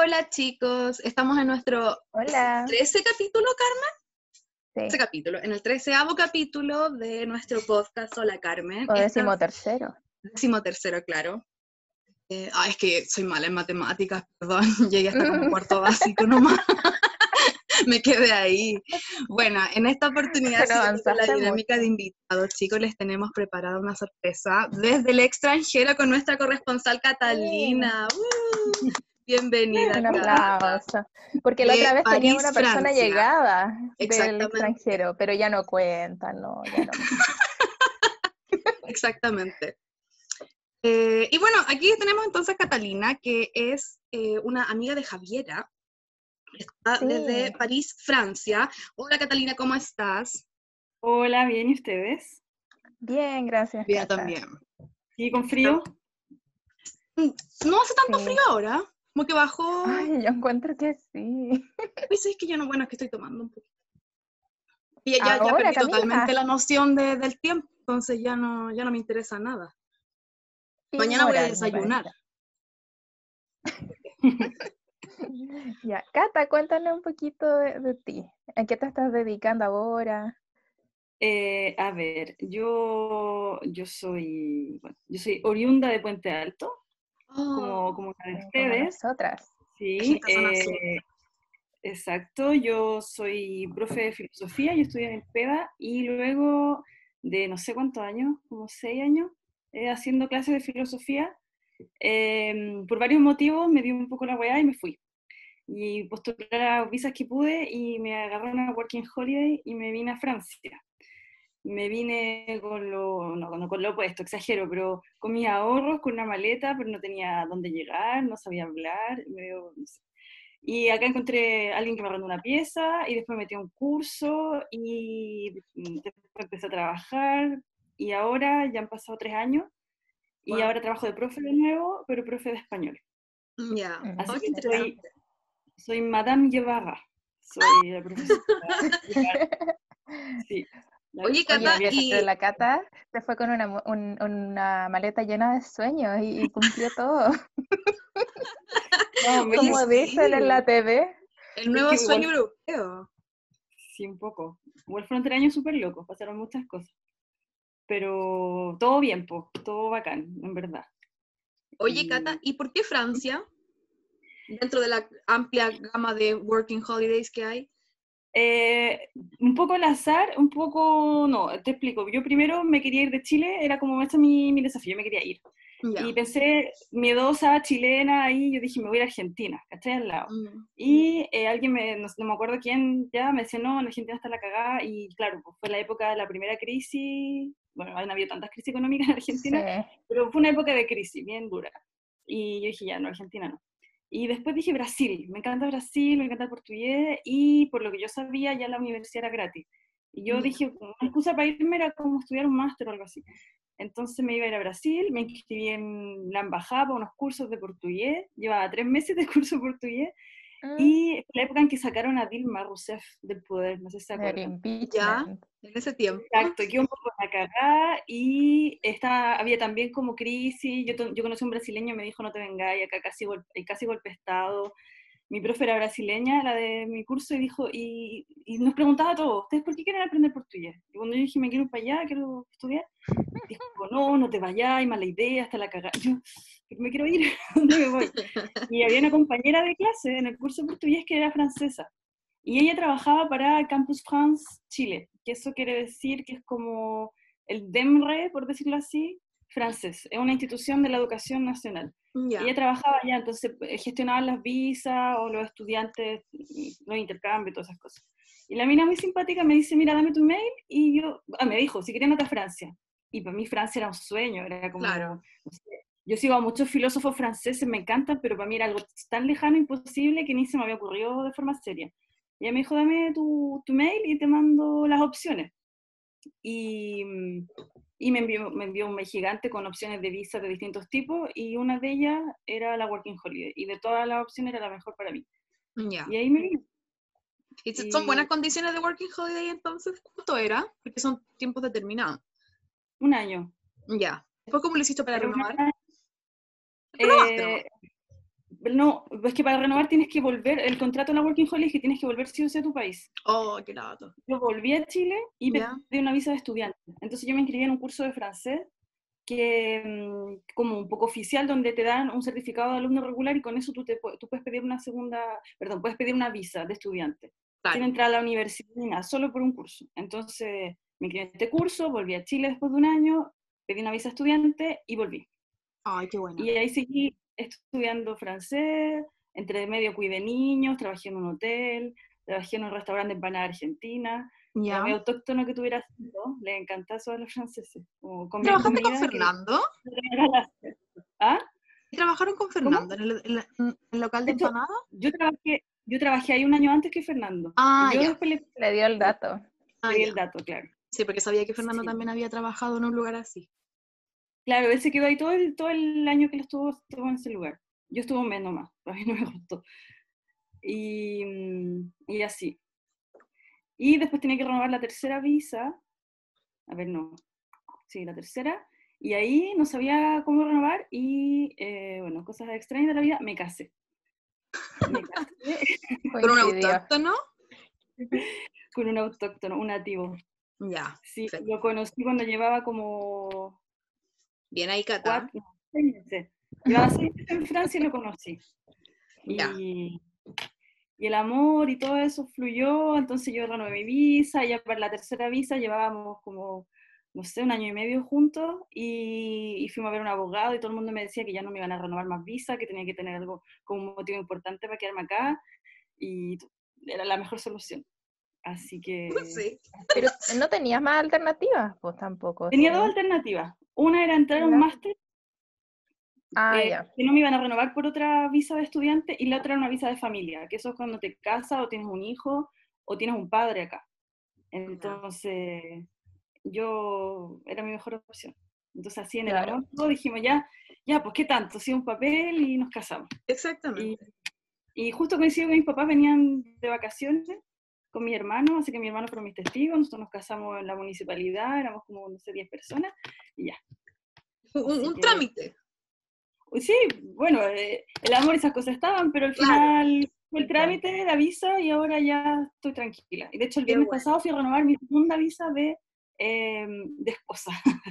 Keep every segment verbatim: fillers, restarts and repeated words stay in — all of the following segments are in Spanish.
Hola chicos, estamos en nuestro Hola. trece capítulo, Carmen. Sí. trece capítulo, en el treceavo capítulo de nuestro podcast. Hola Carmen. O Esta- decimotercero. Decimotercero, claro. Eh, ah, es que soy mala en matemáticas, perdón, llegué hasta como cuarto básico nomás. Me quedé ahí. Bueno, en esta oportunidad, Pero siguiendo con la avanzaste dinámica mucho. de invitados, chicos, les tenemos preparada una sorpresa desde el extranjero con nuestra corresponsal Catalina. ¡Uh! Bienvenida, Un Cata. aplauso. Porque la De otra vez teníamos París, una persona Francia. llegada del Exactamente. extranjero, pero ya no cuenta, no, ya no. Exactamente. Eh, y bueno, aquí tenemos entonces a Catalina, que es eh, una amiga de Javiera. Está Sí, desde París, Francia. Hola Catalina, ¿cómo estás? Hola, bien, ¿y ustedes? bien, gracias, Bien, Cata. también. ¿Y con frío? No hace tanto Sí. frío ahora, como que bajó. Ay, yo encuentro que sí. Pues es que yo no, bueno, es que estoy tomando un poquito. Y ya, ya, ya Ahora, perdí totalmente Camila. la noción de- del tiempo, entonces ya no, ya no me interesa nada. Mañana voy a Inmoral, me desayunar. Ya, Cata, cuéntale un poquito de, de ti. ¿A qué te estás dedicando ahora? Eh, a ver, yo, yo soy, bueno, yo soy oriunda de Puente Alto, como, Oh, como una de Eh, Como ustedes. nosotras. Sí, esta zona sur. eh, exacto. Yo soy profe de filosofía, yo estudié en el PEDA y luego de no sé cuántos años, como seis años, eh, haciendo clases de filosofía, eh, por varios motivos me dio un poco la weá y me fui. Y postulé a las visas que pude y me agarré una working holiday y me vine a Francia. Me vine con lo, no, no con lo opuesto, exagero, pero con mis ahorros, con una maleta, pero no tenía dónde llegar, no sabía hablar, medio, no sé. Y acá encontré a alguien que me arrendó una pieza y después metí a un curso y después empecé a trabajar y ahora ya han pasado tres años y Wow. ahora trabajo de profe de nuevo, pero profe de español. Ya, Mm, Así oh, qué que soy, interesante. soy Madame Guevara, soy la profesora Guevara, sí. La, Oye, Oye, Cata, la, pero y la Cata se fue con una, mu- un- una maleta llena de sueños y, y cumplió todo. más o oye, menos, Como dicen en la sí, T V. el es nuevo que sueño igual, europeo. sí, un poco. Igual fueron tres años súper locos, pasaron muchas cosas. Pero todo bien, po, todo bacán, en verdad. Oye, Cata, Y ¿y por qué Francia? Dentro de la amplia gama de working holidays que hay. eh, un poco al azar, un poco, no, te explico. Yo primero me quería ir de Chile, era como este mi, mi desafío, yo me quería ir. Ya. Y pensé, miedosa, chilena, ahí yo dije, me voy a ir a Argentina, ¿cachai? Al lado. Mm. Y eh, alguien, me, no, no me acuerdo quién, ya me decía, no, en Argentina está la cagada, y claro, pues fue la época de la primera crisis, bueno, han habido tantas crisis económicas en Sí. Argentina, pero fue una época de crisis, bien dura. Y yo dije, ya, no, Argentina no. Y después dije Brasil, me encanta Brasil, me encanta el portugués, y por lo que yo sabía, ya la universidad era gratis. Y yo Ya. dije, una excusa para irme era como estudiar un máster o algo así. Entonces me iba a ir a Brasil, me inscribí en la embajada para unos cursos de portugués, llevaba tres meses de curso de portugués, Mm, y fue la época en que sacaron a Dilma Rousseff del poder, no sé si se el acuerdan. Ya, impeachment. en ese tiempo. Exacto, quedó un poco la cagada y está, había también como crisis, yo, to- yo conocí a un brasileño, me dijo no te vengáis, acá casi, gol- hay casi golpe de estado. Mi profe era brasileña, la de mi curso, y dijo, y, y nos preguntaba a todos, ¿ustedes por qué quieren aprender portugués? Y cuando yo dije, me quiero ir para allá, quiero estudiar, dijo, no, no te vayas, mala idea, hasta la cagada. Yo, "Pero me quiero ir, ¿dónde me voy?" Y había una compañera de clase en el curso de portugués que era francesa. Y ella trabajaba para Campus France Chile, que eso quiere decir que es como el DEMRE, por decirlo así, francés. Es una institución de la educación nacional. Ya. Ella trabajaba allá, entonces eh, gestionaban las visas o los estudiantes, los intercambios, todas esas cosas. Y la mina muy simpática me dice, mira, dame tu mail, y yo, ah, me dijo, si quería nota a Francia. Y para mí Francia era un sueño, era como, Claro. no sé, yo sigo a muchos filósofos franceses, me encantan, pero para mí era algo tan lejano, imposible, que ni se me había ocurrido de forma seria. Y ella me dijo, dame tu, tu mail y te mando las opciones. Y, y me, envió, me envió un mail gigante con opciones de visa de distintos tipos, y una de ellas era la Working Holiday, y de todas las opciones era la mejor para mí. Ya. Y ahí me vine. ¿Y son Y buenas condiciones de working holiday entonces? ¿Cuánto era? Porque son tiempos determinados. un año. Ya. Después, ¿cómo lo hiciste para Era un renovar? año. ¿Renovaste nomás? Eh, No, es que para renovar tienes que volver, el contrato en la Working Holiday es que tienes que volver sí o sí a tu país. Oh, qué lata. Yo volví a Chile y Ya. pedí una visa de estudiante. Entonces yo me inscribí en un curso de francés que mm, como un poco oficial, donde te dan un certificado de alumno regular y con eso tú, te, pu- tú puedes pedir una segunda, perdón, puedes pedir una visa de estudiante, sin Claro. entrar a la universidad ni nada, solo por un curso. Entonces me inscribí en este curso, volví a Chile después de un año, pedí una visa de estudiante y volví. Ay, qué buena. Y ahí seguí estudiando francés, entre medio cuidé niños, trabajé en un hotel, trabajé en un restaurante de empanada argentina. Era Ya. muy autóctono que tuviera acento, les encanta eso a los franceses, como comer ¿Trabajaste con comida que Fernando? ¿Ah? ¿Y trabajaron con ¿Cómo? Fernando en el, en la- en el local de De hecho, empanada? yo trabajé, yo trabajé ahí un año antes que Fernando. Ah, Yo ya. después le, Le dio el dato. Ah, le di ya. el dato, claro. Sí, porque sabía que Fernando Sí. también había trabajado en un lugar así. Claro, él se quedó ahí todo el, todo el año que él estuvo, estuvo en ese lugar. Yo estuve un mes nomás, a mí no me gustó. Y, mm, y así. Y después tenía que renovar la tercera visa. A ver, no. Sí, la tercera. Y ahí no sabía cómo renovar y, eh, bueno, cosas extrañas de la vida, me casé. Me casé ¿Con un Coincidió. autóctono? con un autóctono, un nativo. Ya. Sí, Perfecto. lo conocí cuando llevaba como Bien ahí, Cata. cuatro, no, seis meses. Llevaba seis meses en Francia y lo conocí. Ya. Y, y el amor y todo eso fluyó, entonces yo renové mi visa, y ya para la tercera visa llevábamos como, no sé, un año y medio juntos, y, y fuimos a ver un abogado y todo el mundo me decía que ya no me iban a renovar más visa, que tenía que tener algo como un motivo importante para quedarme acá, y era la mejor solución. Así que Sí. Pero no tenías más alternativas, pues tampoco, tenía ¿sí? dos alternativas. Una era entrar a un ¿Ya? máster, Ah, eh, ya. que no me iban a renovar por otra visa de estudiante, y la otra era una visa de familia, que eso es cuando te casas o tienes un hijo o tienes un padre acá. Entonces, yo era mi mejor opción. Entonces, así en el Claro. amor, todo dijimos, ya, ya, pues qué tanto, sí, un papel y nos casamos. Y, Exactamente. y justo coincidió que mis papás venían de vacaciones con mi hermano, así que mi hermano fueron mis testigos, nosotros nos casamos en la municipalidad, éramos como, no sé, diez personas, y ya. Un, Así un que, trámite. sí, bueno, eh, el amor y esas cosas estaban, pero al Claro. final fue el trámite, la visa, y ahora ya estoy tranquila. Y de hecho el Qué viernes bueno. pasado fui a renovar mi segunda visa de, eh, de esposa.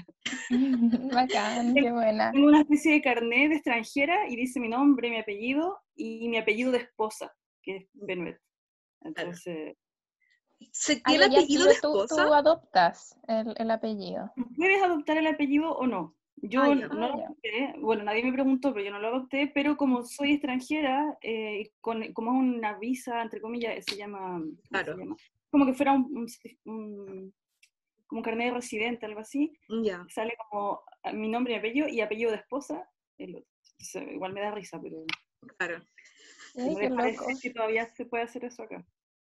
Bacán, qué buena. Tengo una especie de carnet de extranjera y dice mi nombre, mi apellido y mi apellido de esposa, que es Benuet. Entonces, ¿Se Ah, tiene ya, ya, apellido de pero tú, esposa? tú adoptas el, el apellido. ¿puedes adoptar el apellido o no? Ah, Yo ya. no Ah, lo ya. adopté, bueno, nadie me preguntó, pero yo no lo adopté, pero como soy extranjera, eh, y con, como es una visa, entre comillas, se llama, ¿cómo Claro. se llama? Como que fuera un, un, un- como un carnet de residente, algo así, Ya. sale como mi nombre y apellido, y apellido de esposa, el otro. Entonces, igual me da risa, pero Claro. Ay, no qué deja de ser loco. que todavía se puede hacer eso acá.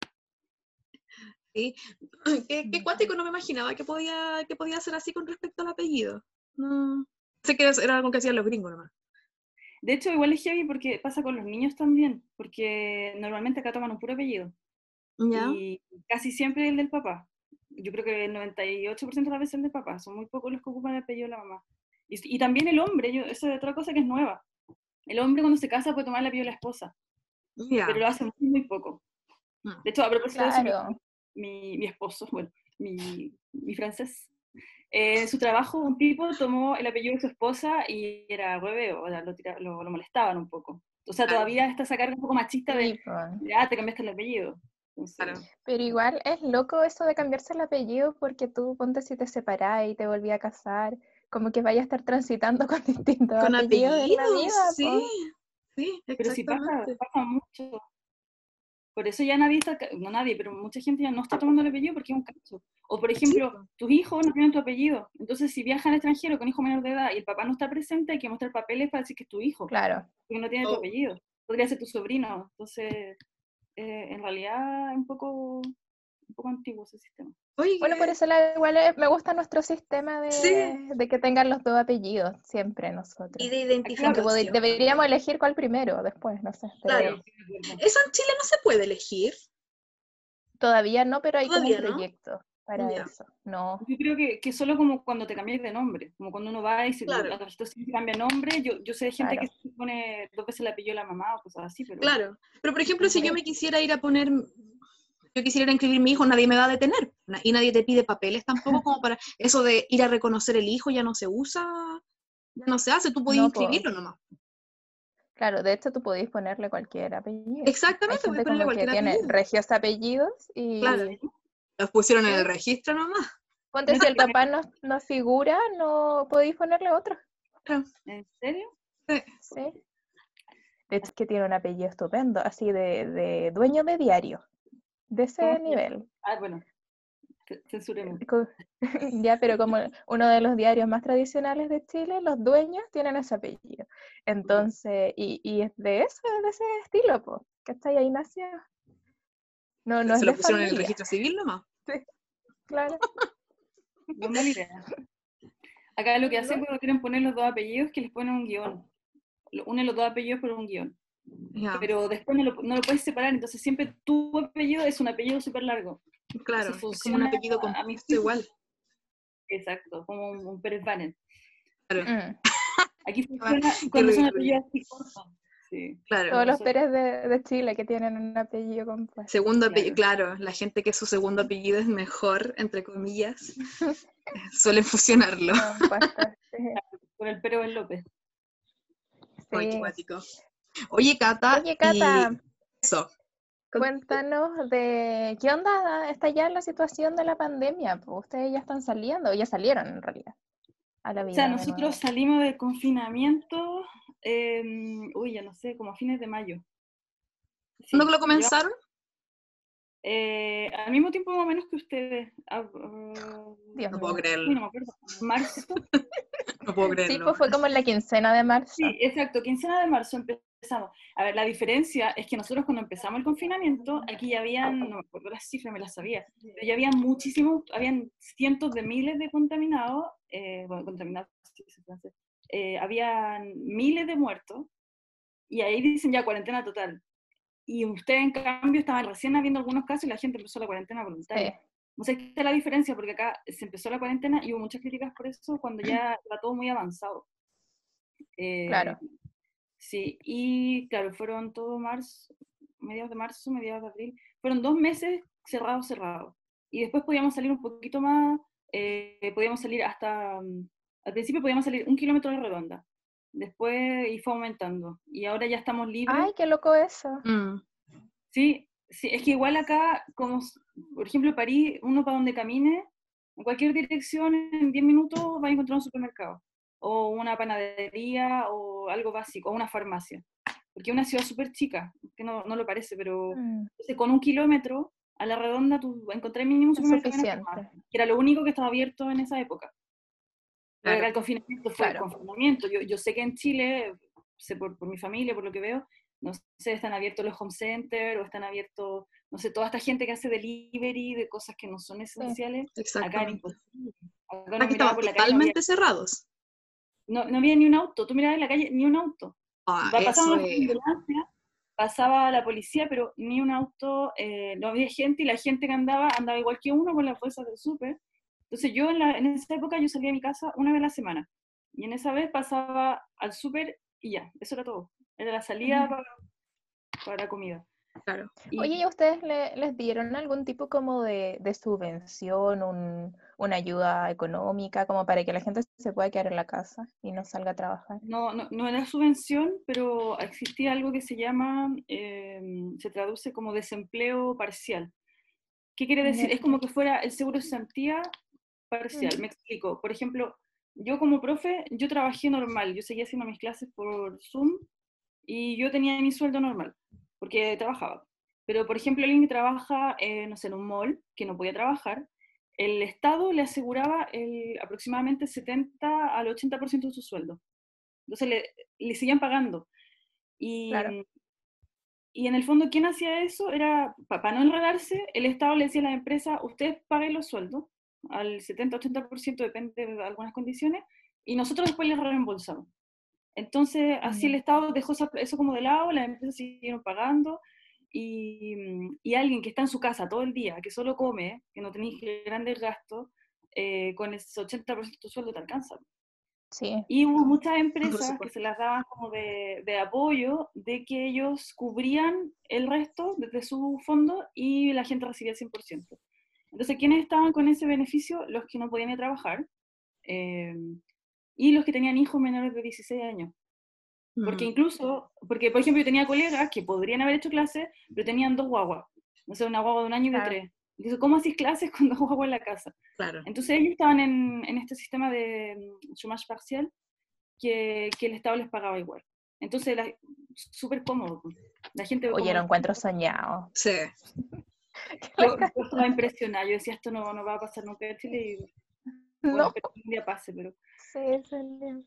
Sí. Qué, qué cuático, no me imaginaba que podía, que podía ser así con respecto al apellido. No. Sé que era algo que hacían los gringos nomás. De hecho, igual es heavy porque pasa con los niños también, porque normalmente acá toman un puro apellido, Ya. y casi siempre el del papá. Yo creo que el noventa y ocho por ciento de las veces el del papá, son muy pocos los que ocupan el apellido de la mamá. Y, y también el hombre, yo, eso es otra cosa que es nueva. El hombre cuando se casa puede tomar el apellido de la esposa, pero Ya. lo hace muy, muy poco. Mm. De hecho, a propósito de eso, mi, Claro. mi, mi esposo, bueno, mi, mi francés, eh, en su trabajo un tipo tomó el apellido de su esposa y era hueveo, o sea, lo, tira- lo, lo molestaban un poco. O sea, Claro. todavía está esa carga un poco machista de, Sí, pues. ah, te cambiaste el apellido. Entonces, Claro. Pero igual es loco eso de cambiarse el apellido porque tú ponte si te separás y te volví a casar, como que vaya a estar transitando con distintos Con apellidos en la apellidos, vida, sí. pues. Sí, pero sí pasa, exactamente. pasa mucho. Por eso ya nadie está, no nadie, pero mucha gente ya no está tomando el apellido porque es un caso. O por Sí, ejemplo, po. tus hijos no tienen tu apellido. Entonces, si viajan al extranjero con hijo menor de edad y el papá no está presente, hay que mostrar papeles para decir que es tu hijo, Claro. porque no tiene tu Oh, apellido. Podría ser tu sobrino. Entonces, eh, en realidad es un poco, un poco antiguo ese sistema. Bueno, por oye, eso la- igual es- me gusta nuestro sistema sí, de, de que tengan los dos apellidos siempre nosotros. y de Claro, Aunque poder- identificación deberíamos también. elegir cuál primero, después, no sé, pero Claro. sí, estoy de acuerdo. Eso en Chile no se puede elegir, todavía no, pero hay como un todavía, ¿no? proyecto. para Ya. eso. No, Yo creo que, que solo como cuando te cambias de nombre, como cuando uno va y se, Claro. la registro civil se cambia de nombre, yo, yo sé de gente claro. que se pone dos veces el apellido de la mamá o cosas así, pero... Claro. Pero, por ejemplo, si yo me quisiera ir a poner, yo quisiera ir a inscribir mi hijo, nadie me va a detener. Na- Y nadie te pide papeles tampoco como para eso de ir a reconocer el hijo, ya no se usa, ya no se hace, tú puedes No, po. inscribirlo nomás. Claro, de hecho tú podéis ponerle cualquier apellido. Hay Exactamente, puedes gente ponerle como que cualquier tiene apellido. regios apellidos Claro. y Los pusieron en el sí. registro nomás. Ponte si el papá no, no figura, no podéis ponerle otro. Claro. ¿En serio? Sí. Sí. De hecho, es que tiene un apellido estupendo, así de, de dueño de diario, de ¿Cómo ese se llama? nivel. Ah, bueno, c- censuremos. Co- Ya, pero como uno de los diarios más tradicionales de Chile, los dueños tienen ese apellido. Entonces, y, y es de eso, de ese estilo, pues, ¿cachai? Ahí nació. No, no Se es lo de pusieron en el familia. registro civil nomás. Sí, claro. No es mala idea. Acá lo que hacen ¿No? cuando quieren poner los dos apellidos es que les ponen un guión. Lo- Unen los dos apellidos por un guión. Ya, Pero después no lo, no lo puedes separar, entonces siempre tu apellido es un apellido súper largo. claro. Entonces Es como un funciona apellido a mi compuesto juicio. igual. Exacto, como un, un Pérez Banner. Claro. Mm. Aquí funciona Qué cuando son ridículo. apellidos así cortos. Sí. Claro. Todos como los eso- Pérez de, de Chile que tienen un apellido compuesto. Segundo apellido, Claro. claro, la gente que su segundo apellido es mejor, entre comillas, suelen fusionarlo. Compuesto, sí. Con el Pero en López. Ay, qué Sí. guático. Oye, Cata, Oye, y Cata, eso. Con- cuéntanos de qué onda está ya la situación de la pandemia. Pues ustedes ya están saliendo, o ya salieron en realidad, a la O sea, vida de nosotros nuevo. salimos del confinamiento, eh, uy, ya no sé, como a fines de mayo. ¿Cuándo Sí, lo lleva- comenzaron? eh, al mismo tiempo más o menos que ustedes. Ah, ah, Dios No puedo mío. uy, no creerlo. me acuerdo. Marzo. No puedo Sí, creerlo. pues fue como en la quincena de marzo. Sí, exacto, quincena de marzo empezamos. A ver, la diferencia es que nosotros cuando empezamos el confinamiento, aquí ya habían, no me acuerdo las cifras, me las sabía, pero ya habían muchísimos, habían cientos de miles de contaminados, eh, bueno, contaminados, sí, sí, francés, eh, habían miles de muertos, y ahí dicen ya cuarentena total. Y ustedes, en cambio, estaban recién habiendo algunos casos y la gente empezó la cuarentena voluntaria. Sí, No sé, esta es la diferencia, porque acá se empezó la cuarentena y hubo muchas críticas por eso cuando ya era todo muy avanzado. Eh, claro. Sí, y claro, fueron todo marzo, mediados de marzo, mediados de abril, fueron dos meses cerrados, cerrados. Y después podíamos salir un poquito más, eh, podíamos salir hasta, mm, al principio podíamos salir un kilómetro de redonda, después y fue aumentando. Y ahora ya estamos libres. Ay, qué loco eso. Mm, Sí, sí, es que igual acá, como s- por ejemplo París, uno para donde camine, en cualquier dirección, en diez minutos va a encontrar un supermercado, o una panadería, o algo básico, o una farmacia. Porque es una ciudad súper chica, que no, no lo parece, pero Mm, entonces, con un kilómetro a la redonda tú encontrás mínimo un es supermercado en una farmacia, suficiente. que era lo único que estaba abierto en esa época. Pero acá claro. el confinamiento fue el Claro. confinamiento. Yo, yo sé que en Chile, sé por, por mi familia, por lo que veo, no sé, están abiertos los home centers o están abiertos, no sé, toda esta gente que hace delivery de cosas que no son esenciales. Acá era Exactamente. imposible. Acá uno Aquí miraba estaban por la calle y no había, totalmente cerrados. no, no había ni un auto. Tú mirabas en la calle, ni un auto. Ah, Va- Pasaban eso los de es. ambulancia, pasaba la policía, pero ni un auto, eh, no había gente y la gente que andaba, andaba igual que uno con las bolsas del súper. Entonces yo en, la, en esa época yo salía de mi casa una vez a la semana. Y en esa vez pasaba al súper y ya, eso era todo. Era la salida Ujú. para, para comida. Claro. Oye, Y ¿y a ustedes le- les dieron algún tipo como de, de subvención, un- una ayuda económica, como para que la gente se pueda quedar en la casa y no salga a trabajar? no, no, no era subvención, pero existía algo que se llama, eh, se traduce como desempleo parcial. ¿Qué quiere decir? Ya. Es como que fuera el seguro de cesantía parcial. Ujú. Me explico. Por ejemplo, yo como profe, yo trabajé normal, yo seguía haciendo mis clases por Zoom y yo tenía mi sueldo normal, porque trabajaba. Pero, por ejemplo, alguien que trabaja, eh, no sé, en un mall, que no podía trabajar, el Estado le aseguraba el, aproximadamente setenta al ochenta por ciento de su sueldo. Entonces le, le seguían pagando. Y, Claro. y en el fondo, ¿quién hacía eso? Era, para no enredarse, el Estado le decía a las empresas, ustedes paguen los sueldos, al setenta ochenta por ciento depende de algunas condiciones, y nosotros después les reembolsamos. Entonces, así el Ya. Estado dejó eso como de lado, las empresas siguieron pagando, y, y alguien que está en su casa todo el día, que solo come, que no tenéis grandes gastos, eh, con ese ochenta por ciento de tu sueldo te alcanza. Sí. Y hubo muchas Por empresas que supuesto. se las daban como de, de apoyo, de que ellos cubrían el resto desde su fondo y la gente recibía el cien por ciento. Entonces, ¿quiénes estaban con ese beneficio? Los que no podían ir a trabajar eh, y los que tenían hijos menores de dieciséis años. Porque Mm, incluso, porque por ejemplo yo tenía colegas que podrían haber hecho clases, pero tenían dos guaguas, no sé, una guagua de un año y de Claro. tres. Entonces, ¿cómo hacís clases con dos guaguas en la casa? claro. Entonces ellos estaban en, en este sistema de mm, chômage partial, que, que el Estado les pagaba igual. Entonces, la- súper cómodo. pues. La gente Oye, como... lo encuentro soñado. Sí. Yo, yo estaba impresionada, yo decía, esto no, no va a pasar nunca en Chile, y bueno, No, espero que un día pase, pero sí, señor.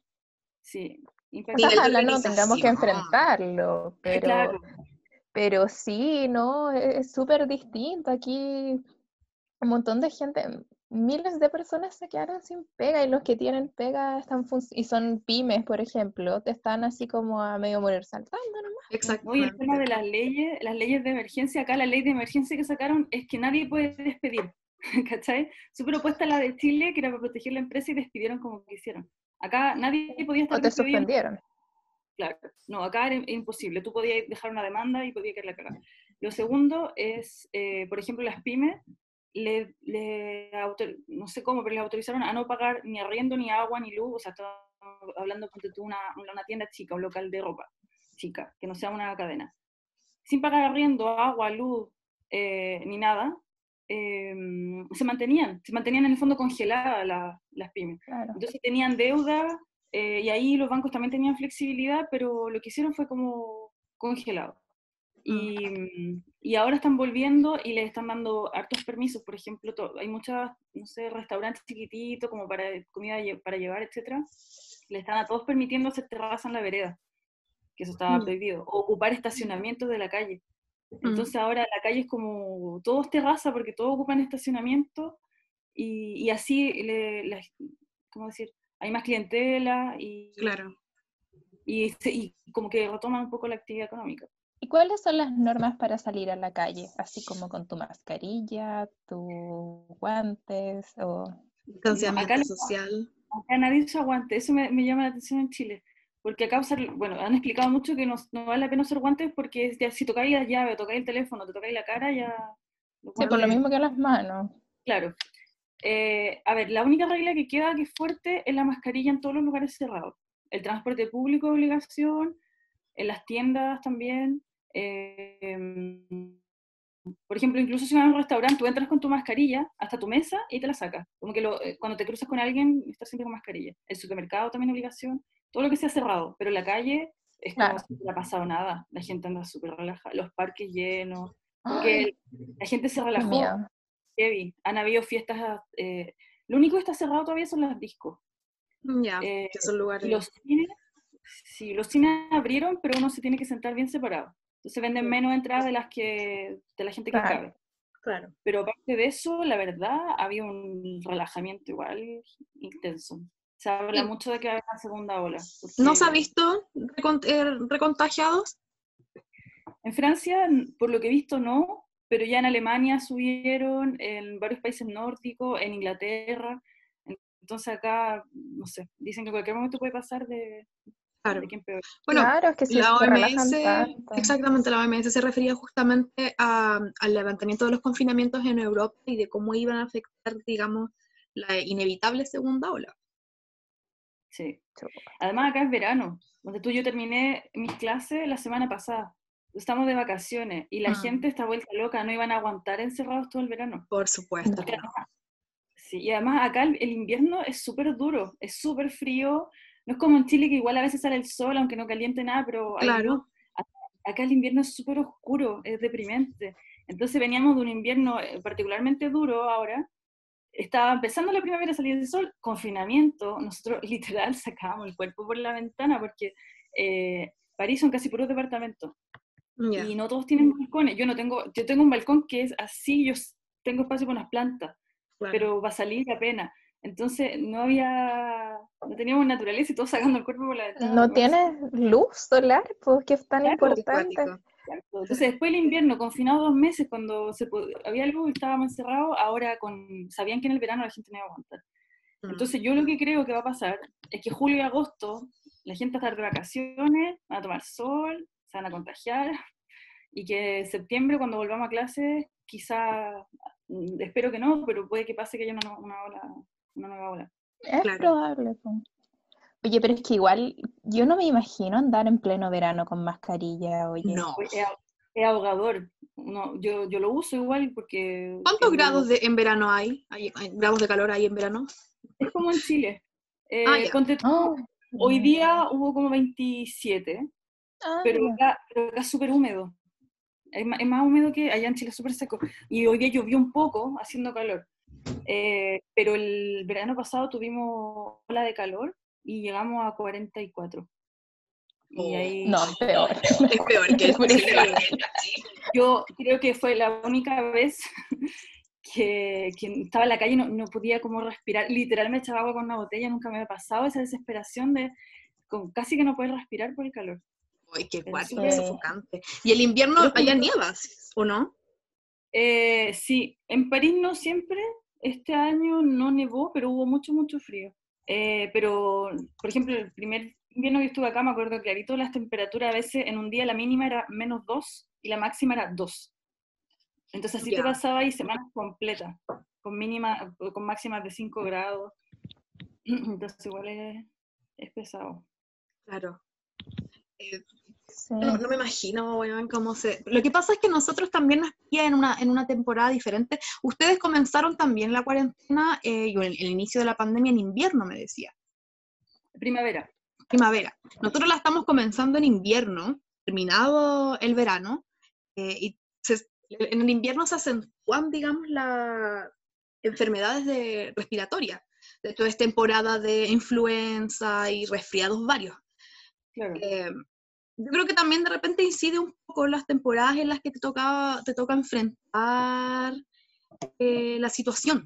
sí, O sea, Nivel de impactante. ojalá no tengamos que organización. enfrentarlo, pero, Claro, pero sí, ¿no? Es es súper distinto. Aquí un montón de gente, miles de personas se quedaron sin pega y los que tienen pega están fun- y son pymes, por ejemplo, te están así como a medio morir saltando nomás. oye, el tema Exactamente. de las leyes, las leyes de emergencia, acá la ley de emergencia que sacaron es que nadie puede despedir, ¿cachai? Súper opuesta a la de Chile, que era para proteger la empresa y despidieron como quisieron. Acá nadie podía O estar te despedido. suspendieron. Claro, no, acá era imposible. Tú podías dejar una demanda y podías quedar la cagada. Lo segundo es, eh, por ejemplo, las pymes, le, le autor- no sé cómo, pero les autorizaron a no pagar ni arriendo, ni agua, ni luz. O sea, estamos hablando de una, una tienda chica, un local de ropa chica, que no sea una cadena. Sin pagar arriendo, agua, luz, eh, ni nada, eh, se mantenían, se mantenían en el fondo congeladas la- las pymes. Claro. Entonces tenían deuda eh, y ahí los bancos también tenían flexibilidad, pero lo que hicieron fue como congelado. Mm, Y, y ahora están volviendo y les están dando hartos permisos, por ejemplo, to- hay muchos, no sé, restaurantes chiquititos como para comida lle- para llevar, etcétera. Le están a todos permitiendo hacer terraza en la vereda, que eso estaba mm, prohibido, o ocupar estacionamientos de la calle. mm. Entonces ahora la calle es como, todo es terraza porque todos ocupan estacionamiento y, y así, le, la- ¿cómo decir? Hay más clientela Claro. y, y, se- y como que retoman un poco la actividad económica. ¿Y cuáles son las normas para salir a la calle? Así como con tu mascarilla, tus guantes o... No, acá, Distanciamiento social. acá nadie se aguante, eso me, me llama la atención en Chile, porque acá usar, bueno, han explicado mucho que no, no vale la pena usar guantes porque ya, si tocáis la llave o tocáis el teléfono, te tocáis la cara, ya los Sí, por lo guantes, mismo que las manos. claro. Eh, a ver, la única regla que queda que es fuerte es la mascarilla en todos los lugares cerrados. El transporte público es obligación, en las tiendas también. eh, por ejemplo, incluso si vas a un restaurante, tú entras con tu mascarilla hasta tu mesa y te la sacas. Como que lo, eh, cuando te cruzas con alguien, estás siempre con mascarilla. El supermercado también es obligación. Todo lo que sea cerrado. Pero en la calle es como Claro. si no hubiera pasado nada. La gente anda súper relajada. Los parques llenos. Como Ay, que la gente se qué relajó. miedo. Heavy. Han habido fiestas. Eh, lo único que está cerrado todavía son las discos. Ya, Eh, que son y lugares. los cines, sí, los cines abrieron, pero uno se tiene que sentar bien separado. Entonces venden menos entradas de las que de la gente que Claro. cabe. Claro. Pero aparte de eso, la verdad, había un relajamiento igual intenso. Se habla ¿Y mucho de que va a haber una segunda ola, no se ha porque visto recon- eh, recontagiados? en Francia, por lo que he visto, no, pero ya en Alemania subieron, en varios países nórdicos, en Inglaterra. Entonces acá, no sé, dicen que en cualquier momento puede pasar de, Claro. de quién peor. Bueno, Claro, es que si la se relajan O M S, tanto. exactamente, la O M S se refería justamente a- al levantamiento de los confinamientos en Europa y de cómo iban a afectar, digamos, la inevitable segunda ola. Sí. Chuta. Además, acá es verano, donde tú yo terminé mis clases la semana pasada. Estamos de vacaciones y la Mm, gente está vuelta loca, no iban a aguantar encerrados todo el verano. por supuesto que no. Sí, y además acá el, el invierno es súper duro, es súper frío. No es como en Chile que igual a veces sale el sol, aunque no caliente nada, pero hay luz. Claro, A- Acá el invierno es súper oscuro, es deprimente. Entonces veníamos de un invierno eh, particularmente duro ahora. Estaba empezando la primavera a salir el sol, confinamiento. Nosotros literal sacábamos el cuerpo por la ventana porque eh, París son casi puros departamentos ya, y no todos tienen balcones. Yo no tengo, yo tengo un balcón que es así, yo s- tengo espacio para unas plantas, claro. pero va a salir apenas. Entonces no había, no teníamos naturaleza y todos sacando el cuerpo por la ventana. No Bueno, tienes luz solar, pues que es tan claro, Qué importante. cuático. Entonces después del invierno, confinado dos meses, cuando se pod- había algo y estábamos encerrados, ahora con, sabían que en el verano la gente no iba a aguantar. Entonces yo lo que creo que va a pasar es que julio y agosto la gente va a estar de vacaciones, van a tomar sol, se van a contagiar, y que septiembre cuando volvamos a clases, quizá, mm, espero que no, pero puede que pase que haya una, no- una ola, una nueva ola. Es Claro. probable, po. Oye, pero es que igual yo no me imagino andar en pleno verano con mascarilla, oye. No. Pues, Es, es ahogador. No, yo, yo lo uso igual porque ¿Cuántos en grados lo- de, en verano hay? ¿Hay, hay grados de calor ahí en verano? es como en Chile. Eh, Ah, ya. ponte tú, Oh, hoy ya. día hubo como veintisiete, Ah, pero ya. acá, pero acá es súper húmedo. Es más, es más húmedo que allá en Chile, es súper seco. Y hoy día llovió un poco, haciendo calor. Eh, pero el verano pasado tuvimos ola de calor y llegamos a cuarenta y cuatro. Y Oh. ahí No, peor. Es peor que el Por eso. Chile. yo creo que fue la única vez que, que estaba en la calle y no, no podía como respirar. Literal me echaba agua con una botella, nunca me había pasado esa desesperación de con, casi que no poder respirar por el calor. Ay, qué Pero cuático, sí, qué Sí. sofocante. ¿Y el invierno Pero es allá como- nieva, o no? Eh, sí, en París no siempre, este año no nevó, pero hubo mucho, mucho frío. Eh, pero, por ejemplo, el primer invierno que estuve acá, me acuerdo clarito, las temperaturas a veces en un día la mínima era menos dos y la máxima era dos. Entonces así te Ya. pasaba ahí semanas completas, con mínima, con máximas de cinco grados. Entonces igual es, es pesado. Claro. Eh, Sí. no, no me imagino, weón, cómo se... Lo que pasa es que nosotros también nos pilla en una, en una temporada diferente. Ustedes comenzaron también la cuarentena, eh, y el, el inicio de la pandemia en invierno, me decía. Primavera. Primavera. Nosotros la estamos comenzando en invierno, terminado el verano, eh, y se- en el invierno se acentúan, digamos, las enfermedades de, respiratorias. De hecho, es temporada de influenza y resfriados varios. Claro. Eh, yo creo que también de repente incide un poco las temporadas en las que te toca, te toca enfrentar eh, la situación,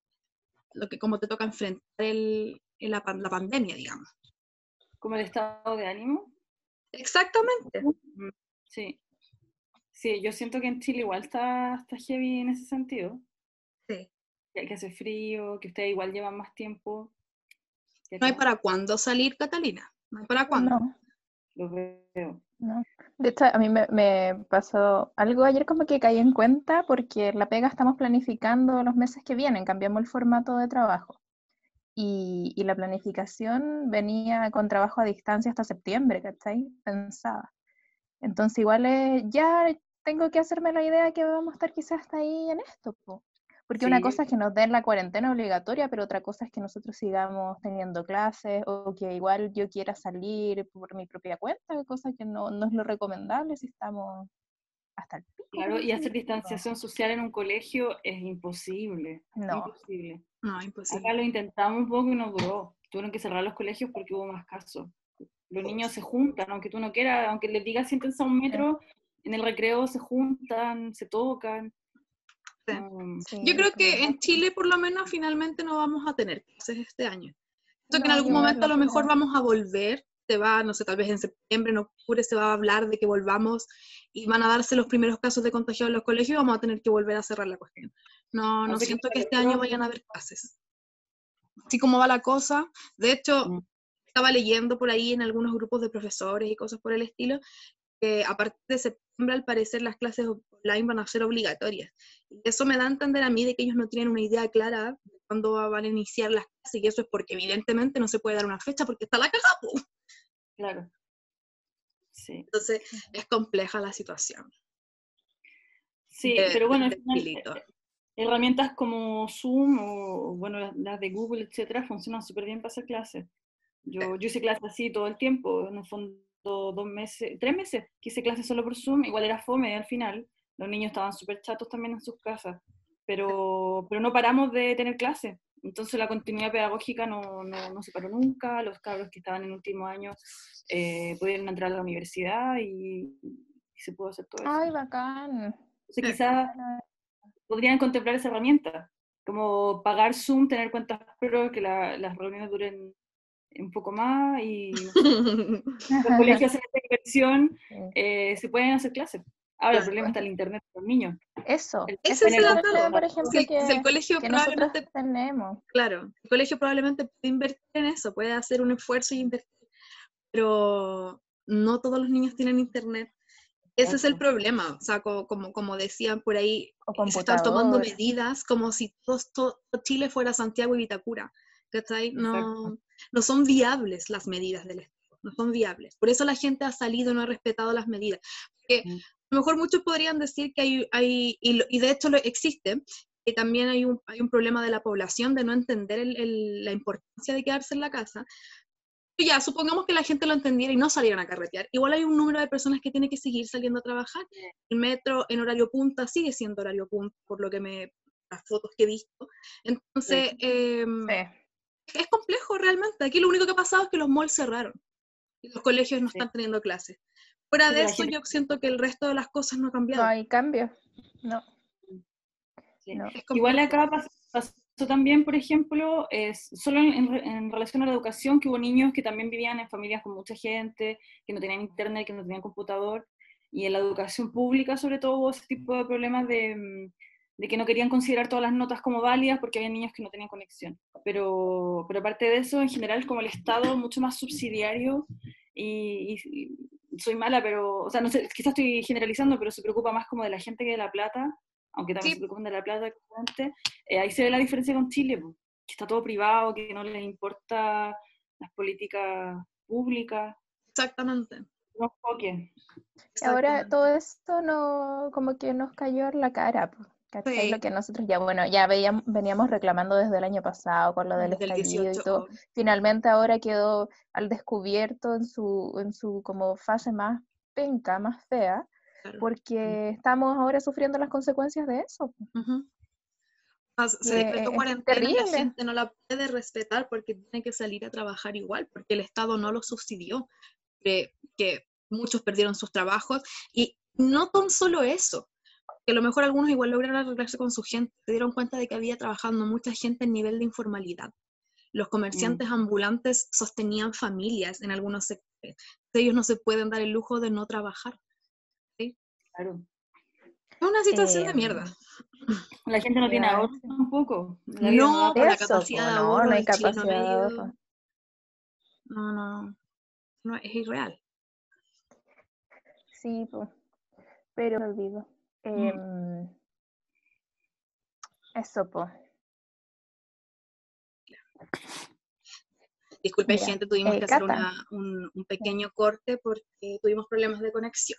lo que como te toca enfrentar el, la, pan- la pandemia, digamos. Como el estado de ánimo. Exactamente. Mm, sí. Sí, yo siento que en Chile igual está, está heavy en ese sentido. Sí. Que, que hace frío, que ustedes igual llevan más tiempo que No hay acá. para cuándo salir, Catalina. No hay para cuándo. No, Lo veo. no. De hecho, a mí me, me pasó algo ayer como que caí en cuenta porque en la pega estamos planificando los meses que vienen, cambiamos el formato de trabajo. Y, y la planificación venía con trabajo a distancia hasta septiembre, ¿cachai? Pensaba. Entonces igual eh, ya tengo que hacerme la idea que vamos a estar quizás hasta ahí en esto, po. Porque una Sí, cosa es que nos den la cuarentena obligatoria, pero otra cosa es que nosotros sigamos teniendo clases o que igual yo quiera salir por mi propia cuenta, cosa que no, no es lo recomendable si estamos hasta el pico. claro, con y esto. hacer distanciación social en un colegio es imposible. No, Imposible. No, Acá imposible. lo intentamos un poco y no duró. Tuvieron que cerrar los colegios porque hubo más casos. Los niños se juntan, aunque tú no quieras, aunque les digas siéntense a un metro, en el recreo se juntan, se tocan. Sí. Um, sí, Yo creo que pues, en Chile por lo menos finalmente no vamos a tener clases este año. Siento que en no, algún yo igual momento a lo lo mejor creo. vamos a volver, se va, no sé, tal vez en septiembre, en octubre se va a hablar de que volvamos y van a darse los primeros casos de contagio en los colegios y vamos a tener que volver a cerrar la cuestión. No, no así que siento que para este los año profes, vayan a haber clases. Así como va la cosa, de hecho, mm, estaba leyendo por ahí en algunos grupos de profesores y cosas por el estilo, que a partir de septiembre al parecer las clases online van a ser obligatorias. Y eso me da a entender a mí de que ellos no tienen una idea clara de cuándo van a iniciar las clases, y eso es porque evidentemente no se puede dar una fecha porque está la cagada, po. claro. Sí. Entonces es compleja la situación. Sí, De, pero bueno, al de final, estilito. eh, herramientas como Zoom o bueno, las, las de Google, etcétera, funcionan súper bien para hacer clases. Yo, yo hice clases así todo el tiempo, en el fondo dos meses, tres meses que hice clases solo por Zoom, igual era fome al final, los niños estaban súper chatos también en sus casas, pero, pero no paramos de tener clases, entonces la continuidad pedagógica no, no, no se paró nunca, los cabros que estaban en último año eh, pudieron entrar a la universidad y, y se pudo hacer todo eso. Ay, bacán. Entonces Eh, quizás podrían contemplar esa herramienta, como pagar Zoom, tener cuentas pro, que la, las reuniones duren un poco más, y los colegios hacen esta inversión, eh, se pueden hacer clases. Ahora, el problema está el internet de los niños. Eso, El- ese es el el acuerdo. problema, por ejemplo, Si el, que, si el colegio que nosotros probablemente, tenemos. claro, el colegio probablemente puede invertir en eso, puede hacer un esfuerzo y invertir, pero no todos los niños tienen internet. Ese es el Exacto. problema, o sea, co- como, como decían por ahí, O se están tomando computador. medidas como si todo, todo Chile fuera Santiago y Vitacura, ¿cachai? No, Exacto. no son viables las medidas del Estado, no son viables. Por eso la gente ha salido y no ha respetado las medidas. Porque Mm. a lo mejor muchos podrían decir que hay, hay y, lo- y de hecho lo existe, que también hay un, hay un problema de la población de no entender el- el- la importancia de quedarse en la casa. Pero ya, supongamos que la gente lo entendiera y no salieran a carretear. Igual hay un número de personas que tiene que seguir saliendo a trabajar. El metro en horario punta sigue siendo horario punta, por lo que me, las fotos que he visto. Entonces, Sí. eh, Sí. es complejo realmente. Aquí lo único que ha pasado es que los malls cerraron y los colegios no Sí. están teniendo clases. Fuera Sí, de la eso, gente- yo siento que el resto de las cosas no ha No cambiado. hay cambio. No. Sí. No. Es Igual complejo. acá pas- pasó también, por ejemplo, es, solo en, en re- en relación a la educación, que hubo niños que también vivían en familias con mucha gente, que no tenían internet, que no tenían computador, y en la educación pública sobre todo hubo ese tipo de problemas de, mm, de que no querían considerar todas las notas como válidas porque había niños que no tenían conexión. Pero, pero aparte de eso, en general, como el Estado mucho más subsidiario, y, y- y soy mala, pero, o sea, no sé, quizás estoy generalizando, pero se preocupa más como de la gente que de la plata, aunque también Sí. se preocupan de la plata, claramente. Eh, ahí se ve la diferencia con Chile, po, que está todo privado, que no les importa las políticas públicas, Exactamente. no enfoquen. Y ahora Exactamente. todo esto no, como que nos cayó en la cara, po, ¿cachai? Sí. Lo que nosotros ya, bueno, ya veíamos, veníamos reclamando desde el año pasado con lo del Desde el estallido y dieciocho. todo. Finalmente ahora quedó al descubierto en su, en su como fase más penca, más fea, Claro. porque estamos ahora sufriendo las consecuencias de eso. po. Ujú. Ah, Se Que decretó es cuarentena y la terrible. gente no la puede respetar porque tiene que salir a trabajar igual, porque el Estado no lo subsidió, que, que muchos perdieron sus trabajos, y no tan solo eso, que a lo mejor algunos igual lograron arreglarse con su gente, se dieron cuenta de que había trabajando mucha gente en nivel de informalidad. Los comerciantes Mm. ambulantes sostenían familias en algunos sectores, ellos no se pueden dar el lujo de no trabajar. ¿Sí? Claro. Es una situación de Eh, mierda. La gente no ¿qué tiene iba a ahorro decir? tampoco, la vida no da No, para... la Eso, capacidad po, de no, ahorro no hay del chileno capacidad de medio, ahorro. no, no, no, es irreal. Sí, po, pero me olvido. Mm. Em, eso, po. Disculpen, Mira, gente, tuvimos eh, que hacer Cata, una- un, un pequeño corte porque tuvimos problemas de conexión.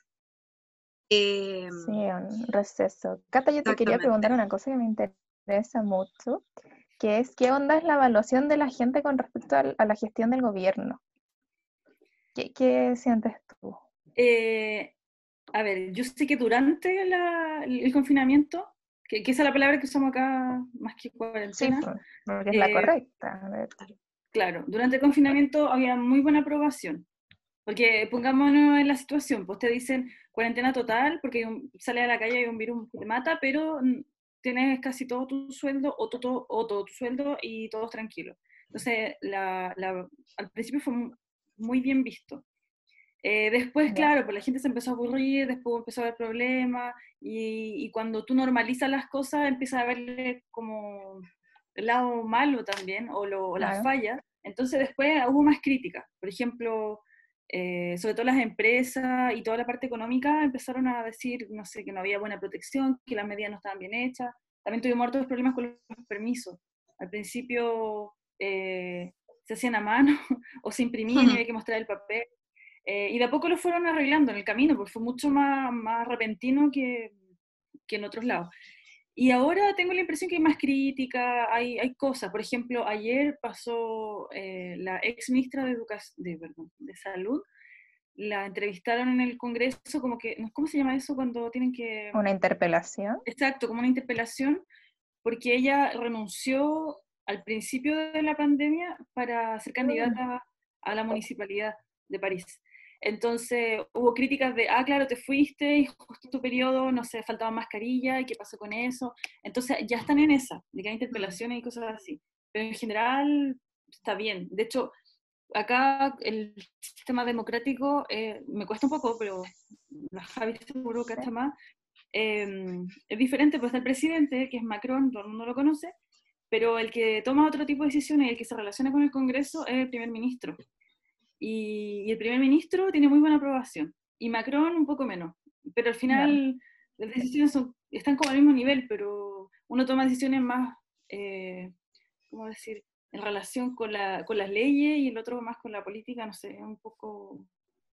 Eh, sí, un receso. Cata, yo te quería preguntar exactamente. una cosa que me interesa mucho, que es ¿qué onda es la evaluación de la gente con respecto al- a la gestión del gobierno? ¿Qué, qué sientes tú? Eh, a ver, yo sé que durante la- el confinamiento, que, que esa es la palabra que usamos acá más que Sí, cuarentena, po, porque es la eh, correcta. A ver, claro, durante el confinamiento había muy buena aprobación. Porque pongámonos en la situación, pues te dicen cuarentena total, porque hay un- sale a la calle y hay un virus que te mata, pero mm, tienes casi todo tu sueldo o, todo o todo tu sueldo y todos tranquilos. Entonces, la, la- al principio fue mu- muy bien visto. Eh, después, ya, claro, pues la gente se empezó a aburrir, después empezó a haber problemas, y, y cuando tú normalizas las cosas, empieza a verle como el lado malo también, o, lo, o las claro. fallas. Entonces después hubo más críticas. Por ejemplo, eh, sobre todo las empresas y toda la parte económica empezaron a decir, no sé, que no había buena protección, que las medidas no estaban bien hechas. También tuvimos otros problemas con los permisos. Al principio eh, se hacían a mano o se imprimían y había que mostrar el papel. Eh, y de a poco lo fueron arreglando en el camino, porque fue mucho más, más repentino que, que en otros lados. Y ahora tengo la impresión que hay más crítica, hay, hay cosas. Por ejemplo, ayer pasó eh, la ex ministra de, Educación, de, perdón, de Salud, la entrevistaron en el Congreso, como que, ¿cómo se llama eso cuando tienen que...? Una interpelación. Exacto, como una interpelación, porque ella renunció al principio de la pandemia para ser candidata a la municipalidad de París. Entonces hubo críticas de, ah, claro, te fuiste y justo tu periodo, no sé, faltaba mascarilla, ¿y qué pasó con eso? Entonces ya están en esa, de que hay interpelaciones y cosas así. Pero en general está bien. De hecho, acá el sistema democrático eh, me cuesta un poco, pero la Javi seguro que hasta más, eh, es diferente, pues está el presidente, que es Macron, todo el mundo lo conoce, pero el que toma otro tipo de decisiones y el que se relaciona con el Congreso es el primer ministro. Y, y el primer ministro tiene muy buena aprobación, y Macron un poco menos, pero al final Ya. las decisiones son, están como al mismo nivel, pero uno toma decisiones más, eh, ¿cómo decir?, en relación con, la, con las leyes y el otro más con la política, no sé, un poco...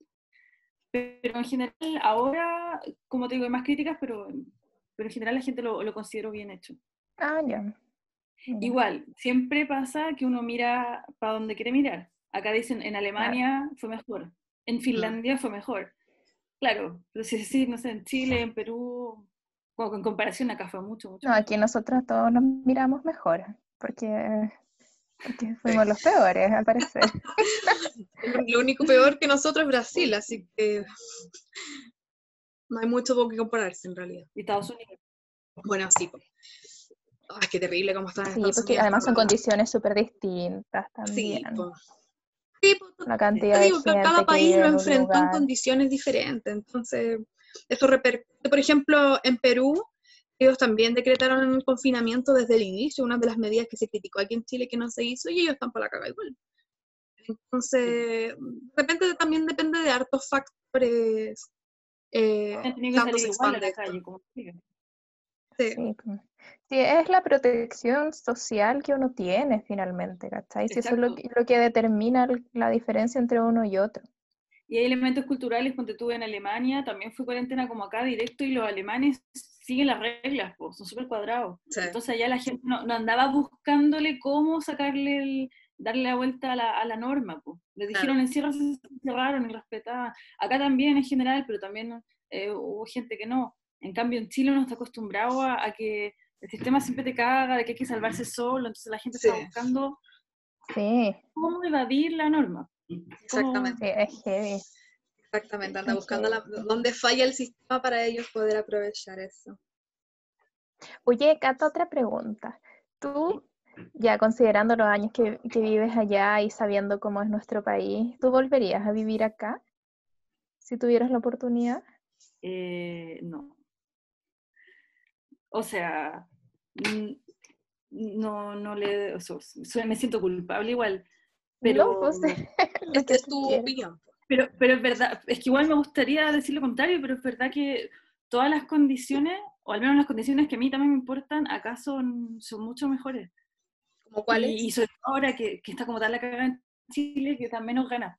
Pero en general, ahora, como te digo, hay más críticas, pero, pero en general la gente lo, lo considero bien hecho. Ah, ya. Ya. Igual, siempre pasa que uno mira para donde quiere mirar. Acá dicen, en Claro. Alemania fue mejor, en Finlandia fue mejor. Claro, pero si sí, no sé, en Chile, en Perú, bueno, en comparación acá fue mucho, mucho No, aquí mejor. nosotros todos nos miramos mejor, porque, porque fuimos los peores, al parecer. Lo único peor que nosotros es Brasil, así que no hay mucho con que compararse en realidad. Y Estados Unidos. Bueno, sí. po. Ay, qué terrible cómo están en Sí, Estados porque Unidos. además son Pero- condiciones súper distintas Sí, también. po. Sí, po, La te cantidad de digo que cada gente que país vive lo en un enfrentó en lugar. condiciones diferentes, entonces eso repercute. Por ejemplo, en Perú, ellos también decretaron el confinamiento desde el inicio, una de las medidas que se criticó aquí en Chile que no se hizo, y ellos están para la caga igual. Entonces, de repente también depende de hartos factores eh, Han tenido que cuando salir se igual a expande la esto. calle, como digo. Sí, Sí, pues. Sí, es la protección social que uno tiene finalmente, ¿cachai? Si eso es lo Exacto. que, lo que determina el- la diferencia entre uno y otro. Y hay elementos culturales, ponte tú en Alemania, también fue cuarentena como acá directo, y los alemanes siguen las reglas, po, son súper cuadrados. sí, Entonces allá la gente no, no andaba buscándole cómo sacarle el, darle la vuelta a la, a la norma, po. Les claro. dijeron enciérrase, se encerraron y respetaban. Acá también en general, pero también eh, hubo gente que no. En cambio en Chile uno está acostumbrado a, a que el sistema siempre te caga, de que hay que salvarse solo, entonces la gente Sí, está buscando Sí, cómo evadir la norma. Cómo, exactamente. sí, es heavy, Exactamente, anda es buscando la, heavy. dónde falla el sistema para ellos poder aprovechar eso. Oye, Cata, otra pregunta. Tú, ya considerando los años que, que vives allá y sabiendo cómo es nuestro país, ¿tú volverías a vivir acá si tuvieras la oportunidad? eh, no. O sea, mm, no, no le, o sea, so- me siento culpable igual, No, pero, pues lo Esta que es tú tu quieras. opinión. pero, pero es verdad, es que igual me gustaría decir lo contrario, pero es verdad que todas las condiciones, o al menos las condiciones que a mí también me importan, acá son, son mucho mejores. ¿Como Y, y cuáles? sobre todo ahora que, que está como tal la cagada en Chile, que da menos ganas.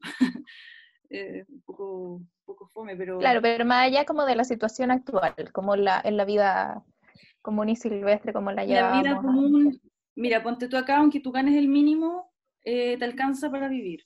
eh, un poco, un poco fome, pero Claro, pero más allá como de la situación actual, como la, en la vida común y silvestre, como la la vida llevábamos antes. común, mira, ponte tú acá, aunque tú ganes el mínimo, eh, te alcanza para vivir.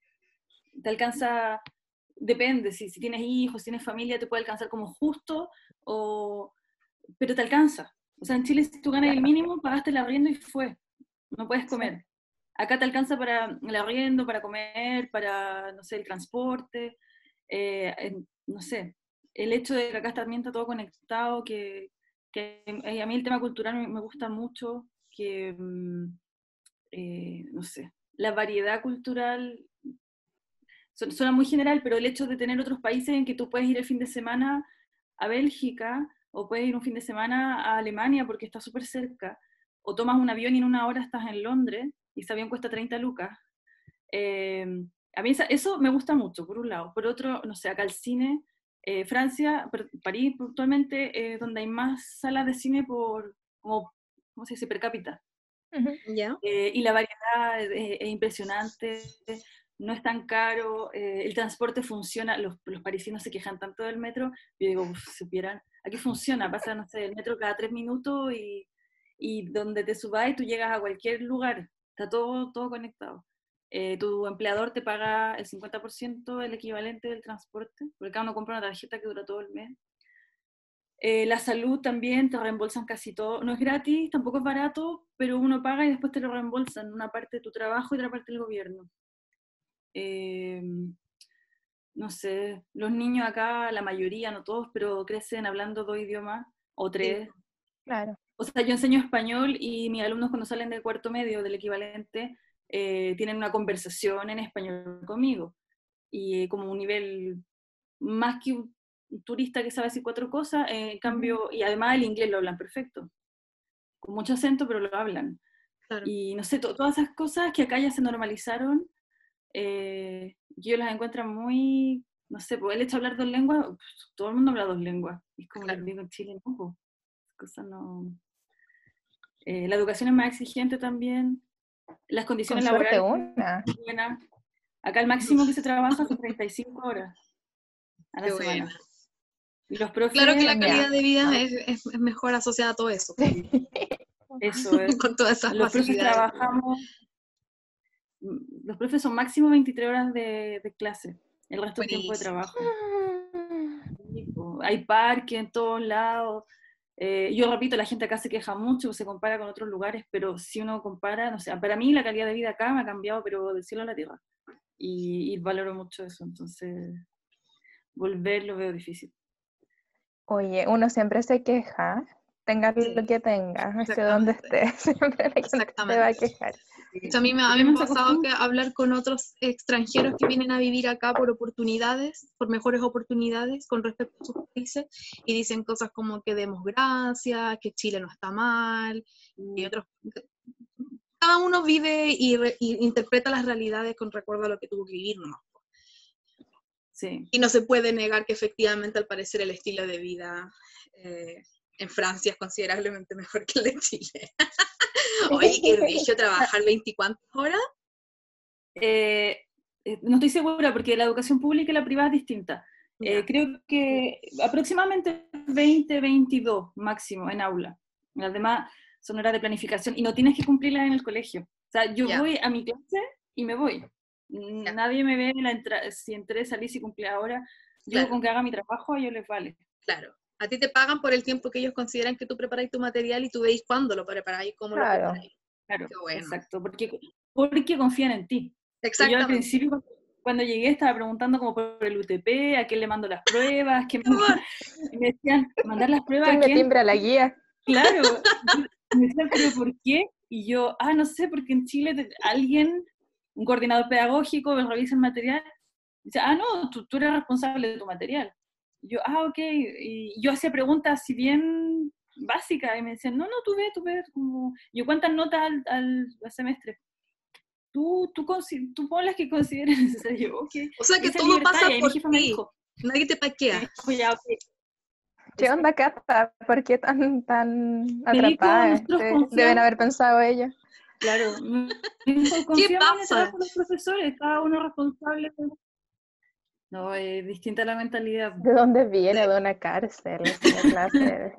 Te alcanza, depende, si, si tienes hijos, si tienes familia, te puede alcanzar como justo, o, pero te alcanza. O sea, en Chile si tú ganas el Claro, mínimo, pagaste el arriendo y fue, no puedes sí. comer. Acá te alcanza para el arriendo, para comer, para, no sé, el transporte, eh, en- no sé, el hecho de que acá también está todo conectado, que, que eh, a mí el tema cultural me, me gusta mucho, que, mm, eh, no sé, la variedad cultural su- suena muy general, pero el hecho de tener otros países en que tú puedes ir el fin de semana a Bélgica, o puedes ir un fin de semana a Alemania porque está súper cerca, o tomas un avión y en una hora estás en Londres, y ese avión cuesta treinta lucas. Eh, a mí esa- eso me gusta mucho, por un lado. Por otro, no sé, acá el cine, eh, Francia, per- París puntualmente, es donde hay más salas de cine por, como, ¿cómo se dice?, per cápita. Ujú. ¿Ya? Eh, y la variedad es, es impresionante, no es tan caro, eh, el transporte funciona, los, los parisinos se quejan tanto del metro, yo digo, "Uf, si supieran, aquí funciona, pasa, no sé, el metro cada tres minutos y, y donde te subáis tú llegas a cualquier lugar, está todo, todo conectado. Eh, tu empleador te paga el cincuenta por ciento el equivalente del transporte, porque cada uno compra una tarjeta que dura todo el mes. Eh, la salud también te reembolsan casi todo. No es gratis, tampoco es barato, pero uno paga y después te lo reembolsan, una parte de tu trabajo y otra parte del gobierno. Eh, no sé, los niños acá, la mayoría, no todos, pero crecen hablando dos idiomas o Sí. tres. Claro. O sea, yo enseño español y mis alumnos cuando salen del cuarto medio, del equivalente, eh, tienen una conversación en español conmigo. Y eh, como un nivel más que un turista que sabe decir cuatro cosas, eh, en cambio, y además el inglés lo hablan perfecto, con mucho acento, pero lo hablan. Claro. Y no sé, to- todas esas cosas que acá ya se normalizaron, eh, yo las encuentro muy, no sé, pues el hecho de hablar dos lenguas, pues, todo el mundo habla dos lenguas, y es como Claro. les digo en Chile, no, pues, cosas no... Eh, la educación es más exigente también, las Con condiciones suerte laborales una. son buenas. Acá el máximo que se trabaja son treinta y cinco horas a la Qué semana. buena. Y los profes, Claro que la calidad Ya. de vida es, es- es mejor asociada a todo eso, eso es, con todas esas los profes facilidades. trabajamos, los profes son máximo veintitrés horas de, de clase, el resto es tiempo de Buenísimo. trabajo. Hay parques en todos lados. Eh, yo repito, la gente acá se queja mucho, se compara con otros lugares, pero si uno compara, no sé, para mí la calidad de vida acá me ha cambiado, pero del cielo a la tierra. Y, y valoro mucho eso, entonces volver lo veo difícil. Oye, uno siempre se queja, tenga Sí, lo que tenga, esté donde exactamente. esté, siempre la gente se va a Exactamente. quejar. De hecho, a mí me, a Porque mí me uno ha se pasado que acostumbra. hablar con otros extranjeros que vienen a vivir acá por oportunidades, por mejores oportunidades con respecto a sus países, y dicen cosas como que demos gracias, que Chile no está mal, y otros... Cada uno vive y, re- y interpreta las realidades con recuerdo a lo que tuvo que vivir, ¿no? Sí. Y no se puede negar que efectivamente, al parecer, el estilo de vida eh, en Francia es considerablemente mejor que el de Chile. Oye, qué brillo trabajar veinticuatro horas. Eh, eh, no estoy segura porque la educación pública y la privada es distinta. Eh, Ya. creo que aproximadamente veinte, veintidós máximo en aula. Las demás son horas de planificación y no tienes que cumplirlas en el colegio. O sea, yo Ya. voy a mi clase y me voy. Ya. Nadie me ve en la entra- si entré, salí, si cumplí ahora. Yo Claro. con que haga mi trabajo a ellos les vale. Claro. A ti te pagan por el tiempo que ellos consideran que tú preparáis tu material y tú veis cuándo lo preparáis y cómo lo Claro. preparáis. Claro, Qué bueno. exacto. Porque, porque confían en ti. Yo al Exactamente. principio, cuando llegué, estaba preguntando como por el U T P, a quién le mando las pruebas, quién me, y me decían, ¿mandar las pruebas ¿Quién a me quién? timbra la guía? Claro, me decían, ¿pero por qué? Y yo, ah, no sé, porque en Chile te- alguien, un coordinador pedagógico, me revisa el material, y dice, ah, no, tú, tú eres responsable de tu material. Y yo, ah, ok, y yo hacía preguntas si bien básicas, y me decían, no, no, tú ves, tú ves, como, yo cuántas notas al, al, al semestre. Tú, tú, consi- tú pon las que consideres necesario, ok. O sea que Esa todo libertad, pasa y ahí mi por jefa me ti. dijo, Nadie te me paquea. dijo, ya, ok. ¿Qué onda, Cata? ¿Por qué tan, tan Me dijo, atrapada? nosotros Este? Deben confiamos, haber pensado ellos. claro, me dijo, ¿Qué confiamos en el pasa? trabajo de los profesores, cada uno responsable. No, es distinta la mentalidad. ¿De dónde viene? De una cárcel, es una clase de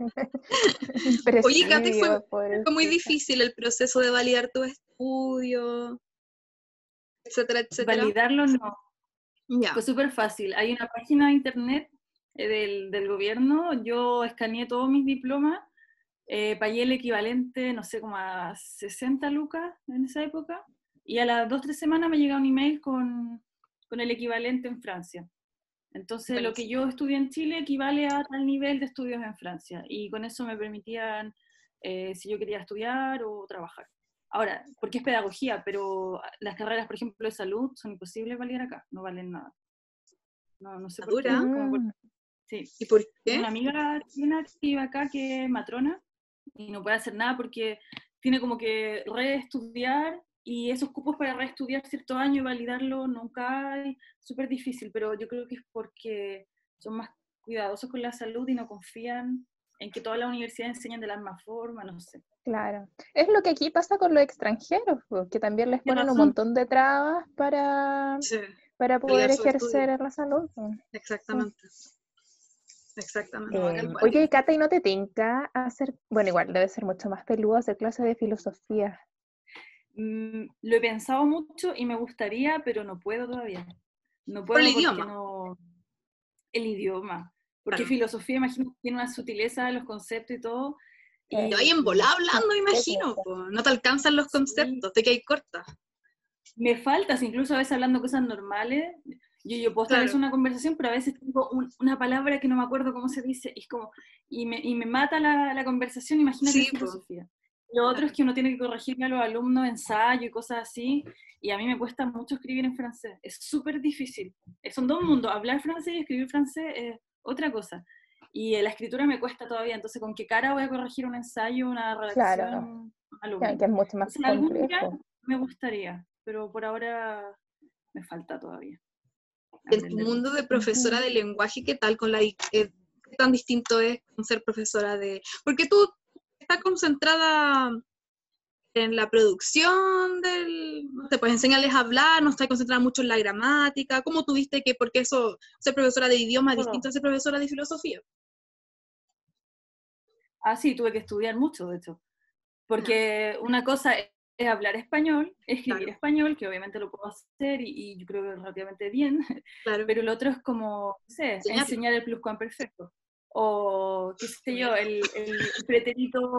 Oye, Katy, fue, presidio, fue muy pobrecita. difícil el proceso de validar tu estudio, etcétera, etcétera. Validarlo no, Ya. fue súper fácil. Hay una página de internet eh, del, del gobierno, yo escaneé todos mis diplomas, eh, pagué el equivalente, no sé, como a sesenta lucas en esa época, y a las dos, tres semanas me llega un email con, con el equivalente en Francia. Entonces, lo que yo estudié en Chile equivale a tal nivel de estudios en Francia, y con eso me permitían, eh, si yo quería estudiar o trabajar. Ahora, porque es pedagogía, pero las carreras, por ejemplo, de salud son imposibles valer acá, no valen nada. No, no sé por qué. ¿Dura? Como por- Mm, sí. ¿Y por Tengo qué? una amiga chilena que vive acá que es matrona y no puede hacer nada porque tiene como que reestudiar y esos cupos para reestudiar cierto año y validarlo nunca hay, súper difícil, pero yo creo que es porque son más cuidadosos con la salud y no confían en que todas las universidades enseñan de la misma forma, no sé. claro. Es lo que aquí pasa con los extranjeros, pues, que también les Tienes ponen un razón. montón de trabas para, Sí, para poder validar su estudio. ejercer la salud. Pues. Exactamente. Exactamente. No, Eh, tal cual. oye, Cata, ¿y no te tinca hacer, bueno, igual debe ser mucho más peludo hacer clases de filosofía? Mm, lo he pensado mucho y me gustaría, pero no puedo todavía. No Por el puedo porque idioma. no... El idioma. Porque Claro. filosofía, imagino, que tiene una sutileza de los conceptos y todo. Sí. Te vais en Y volá hablando, me imagino. Técnica. Po. No te alcanzan los sí, conceptos, te quedas corta. me faltas, incluso a veces hablando cosas normales. Yo, yo puedo establecer Claro. una conversación, pero a veces tengo un- una palabra que no me acuerdo cómo se dice, y, es como, y, me, y me mata la, la conversación, imagínate Sí, po. filosofía. Lo otro es que uno tiene que corregirle a los alumnos ensayo y cosas así, y a mí me cuesta mucho escribir en francés, es súper difícil. Son dos mundos, hablar francés y escribir francés es otra cosa. Y la escritura me cuesta todavía, entonces ¿con qué cara voy a corregir un ensayo, una redacción Claro, a un que, alumno? que es mucho más Entonces algún día complejo. me gustaría, pero por ahora me falta todavía. En tu mundo de profesora de lenguaje, ¿qué tal con la eh, qué tan distinto es con ser profesora de...? Porque tú estás concentrada en la producción del... No sé, pues enseñarles a hablar, no estás concentrada mucho en la gramática. ¿Cómo tuviste que, porque eso, ser profesora de idioma es distinto a ser profesora de filosofía? Ah, sí, tuve que estudiar mucho, de hecho. Porque una cosa es, es hablar español, escribir Claro. español, que obviamente lo puedo hacer y, y yo creo que relativamente bien, Claro. pero lo otro es como, no sé, Enseñarlo. enseñar el pluscuamperfecto. O, qué sé yo, el, el pretérito,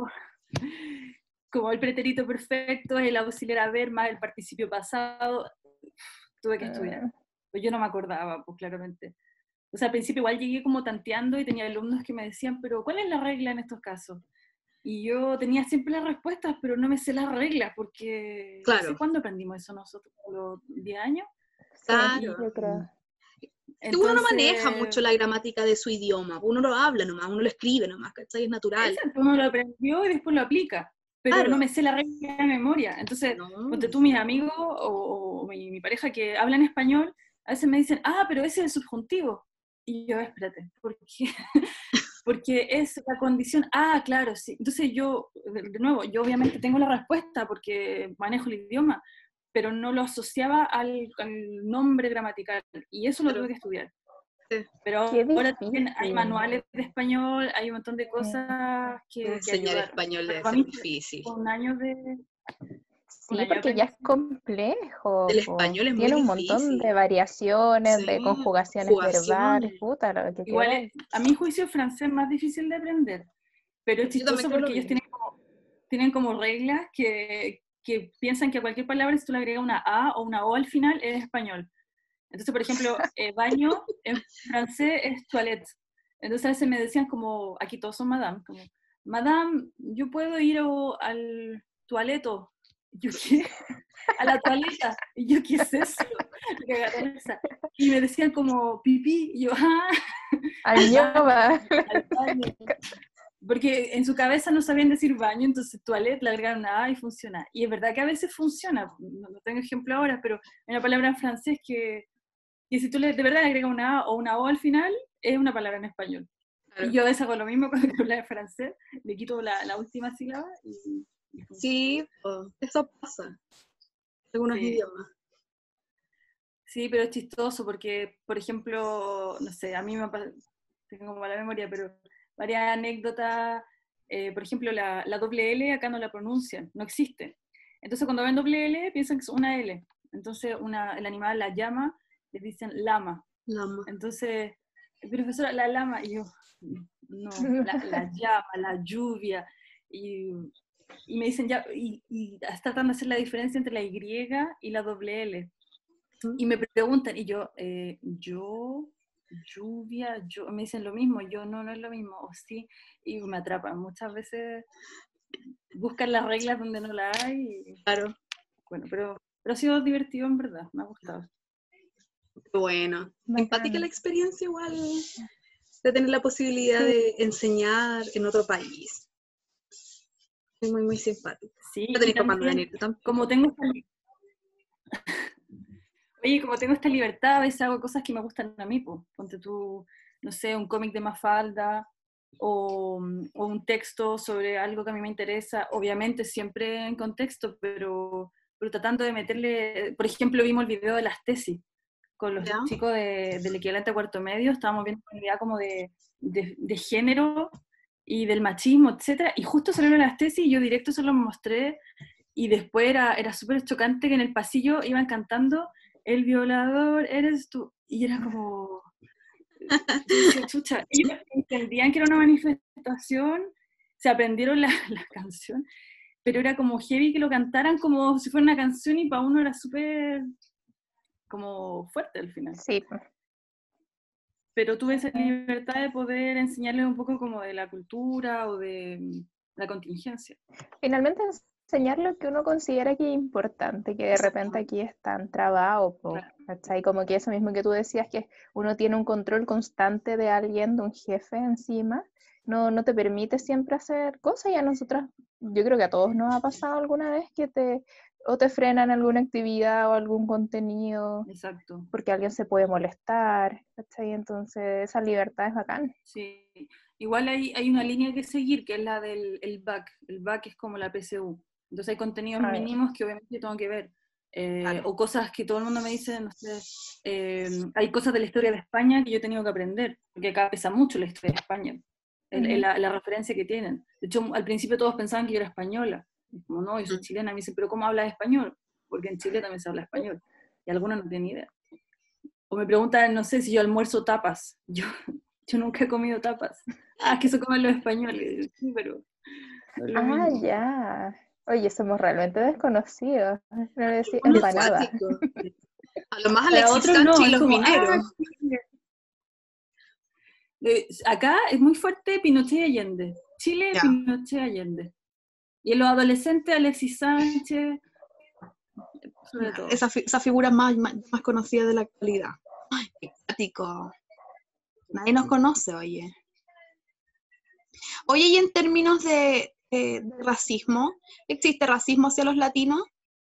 como el pretérito perfecto es el auxiliar haber más el participio pasado. Tuve que estudiar. Mm. Pues yo no me acordaba, pues claramente. O sea, al principio igual llegué como tanteando y tenía alumnos que me decían, pero ¿cuál es la regla en estos casos? Y yo tenía siempre las respuestas, pero no me sé las reglas, porque Claro. no sé cuándo aprendimos eso nosotros, a los diez años. Claro. Sí, yo creo. Entonces, uno no maneja Entonces, mucho la gramática de su idioma, uno lo habla nomás, uno lo escribe nomás, ¿cachai? Es natural. exacto, uno lo aprendió y después lo aplica, pero Claro. no me sé la regla de memoria. Entonces, No. ponte tú, mis amigos o, o mi, mi pareja que hablan español, a veces me dicen, ah, pero ese es el subjuntivo. Y yo, espérate, ¿por qué? Porque es la condición, ah, claro, sí. Entonces yo, de nuevo, yo obviamente tengo la respuesta porque manejo el idioma, pero no lo asociaba al, al nombre gramatical, y eso lo Claro. tuve que estudiar. Sí. Pero Qué ahora difícil. también hay manuales de español, hay un montón de cosas que, que Enseñar ayudaron. español Pero debe para ser mí difícil. fue un año de... Un Sí, año de porque ya es aprendizaje. complejo, El po. español es muy Tiene un montón difícil. de variaciones, Sí, de conjugaciones verbales, conjugaciones. puta, lo que Igual, queráis. es- a mi juicio, el francés es más difícil de aprender, pero es Yo también chistoso creo lo porque ellos mismo. tienen como, tienen como reglas que, que piensan que a cualquier palabra, si tú le agregas una A o una O al final, es español. Entonces, por ejemplo, eh, baño en francés es toilette. Entonces a veces me decían como, aquí todos son madame, como, madame, yo puedo ir o- al toaleto. Yo, ¿qué? A la toaleta. Y yo, ¿qué es eso? Me cagaron de risa. Y me decían como, pipí. Y yo, ah, al baño, Añoba. al baño. Porque en su cabeza no sabían decir baño, entonces toilette le agregaron una A y funciona. Y es verdad que a veces funciona, no, no tengo ejemplo ahora, pero hay una palabra en francés que, que si tú le, de verdad le agregas una A o una O al final, es una palabra en español. Claro. Y yo a veces hago lo mismo cuando hablo de francés, le quito la, la última sílaba y... y funciona. Sí, pues, eso pasa en algunos Sí. idiomas. Sí, pero es chistoso porque, por ejemplo, no sé, a mí me pasa, tengo mala memoria, pero varias anécdotas, eh, por ejemplo, la, la doble L acá no la pronuncian, no existe. Entonces cuando ven doble L piensan que es una L. Entonces una, el animal, la llama, les dicen lama. Lama. Entonces, profesora, la lama, y yo, no, la, la llama, la lluvia, y, y me dicen ya, y, y tratan de hacer la diferencia entre la Y y la doble L. Y me preguntan, y yo, eh, yo, lluvia, yo, me dicen lo mismo, yo no, no es lo mismo, o sí, y me atrapan. Muchas veces buscan las reglas donde no las hay. Y, Claro. bueno, pero, pero ha sido divertido en verdad, me ha gustado. Bueno, simpática Bacán. la experiencia igual de tener la posibilidad Sí. de enseñar en otro país. Es muy, muy simpático. Sí, No y tenéis para cuándo también, venir tampoco. como tengo esta, li- oye, como tengo esta libertad, a veces hago cosas que me gustan a mí, pues. Ponte tú, no sé, un cómic de Mafalda, o, o un texto sobre algo que a mí me interesa, obviamente siempre en contexto, pero, pero tratando de meterle, por ejemplo, vimos el video de las tesis con los ¿Ya? chicos de, del equivalente a cuarto medio, estábamos viendo una idea como de, de, de género y del machismo, etcétera, y justo salieron las tesis y yo directo se los mostré, y después era, era súper chocante que en el pasillo iban cantando el violador eres tú, y era como, yo decía, chucha, ellos entendían que era una manifestación, se aprendieron la, la canción, pero era como heavy que lo cantaran como si fuera una canción y para uno era súper como fuerte al final. Sí, pues. Pero tuve esa libertad de poder enseñarles un poco como de la cultura o de, la contingencia. Finalmente enseñar lo que uno considera que es importante, que de repente aquí es tan trabado, po, Claro. ¿cachai? Como que eso mismo que tú decías, que uno tiene un control constante de alguien, de un jefe encima, no, no te permite siempre hacer cosas, y a nosotras, yo creo que a todos nos ha pasado alguna vez que te, o te frenan alguna actividad o algún contenido, Exacto. porque alguien se puede molestar, ¿cachai? Entonces esa libertad es bacán. Sí. Igual hay, hay una línea que seguir, que es la del el B A C. El B A C es como la P S U. Entonces hay contenidos A ver. mínimos que obviamente tengo que ver. Eh, Claro. O cosas que todo el mundo me dice, no sé, eh, hay cosas de la historia de España que yo he tenido que aprender, porque acá pesa mucho la historia de España, el- el- Ujú. la, la referencia que tienen. De hecho, al principio todos pensaban que yo era española. Y como, no, yo soy Mm. chilena. Me dicen, pero ¿cómo hablas español? Porque en Chile también se habla español. Y algunos no tienen idea. O me preguntan, no sé, si yo almuerzo tapas. Yo, yo nunca he comido tapas. Ah, es que eso comen los españoles. Sí, pero no es lo Ah, mismo. ya. Oye, somos realmente desconocidos. No le decía Uno Qué empanada. cuático. A lo más Para Alexis otros no, Sánchez y es los como, ah, mineros. Chile. Eh, acá es muy fuerte Pinochet y Allende. Chile, Ya. Pinochet, Allende. Y en los adolescentes, Alexis Sánchez, sobre todo. Esa, fi- esa figura más, más, más conocida de la actualidad. Ay, qué cuático. Nadie nos conoce, oye. Oye, y en términos de, eh, de racismo, ¿existe racismo hacia los latinos?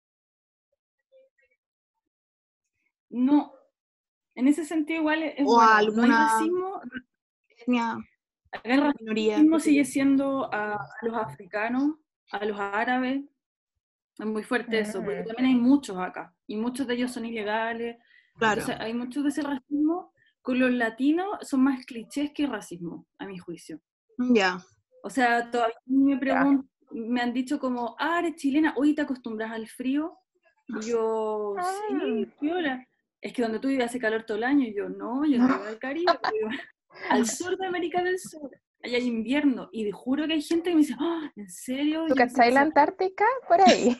No, en ese sentido igual es, es ¿O a bueno. No hay alguna racismo. etnia, Acá el minoría? racismo sigue siendo a, a los africanos, a los árabes. Es muy fuerte eso, porque Mm. también hay muchos acá, y muchos de ellos son ilegales. Claro. Entonces hay muchos de ese racismo. Con los latinos son más clichés que racismo, a mi juicio. Ya. O sea, todavía me Ya. preguntan, me han dicho como, ah, eres chilena, hoy te acostumbras al frío. Y yo, sí, Ah. piola. Es que donde tú vives hace calor todo el año. Y yo, no, yo no vivo al Caribe, yo vivo al sur de América del Sur. Allá hay invierno. Y te juro que hay gente que me dice, ah, ¿en serio? ¿Tú Yo pensé cachai que la se- Antártica? Por ahí.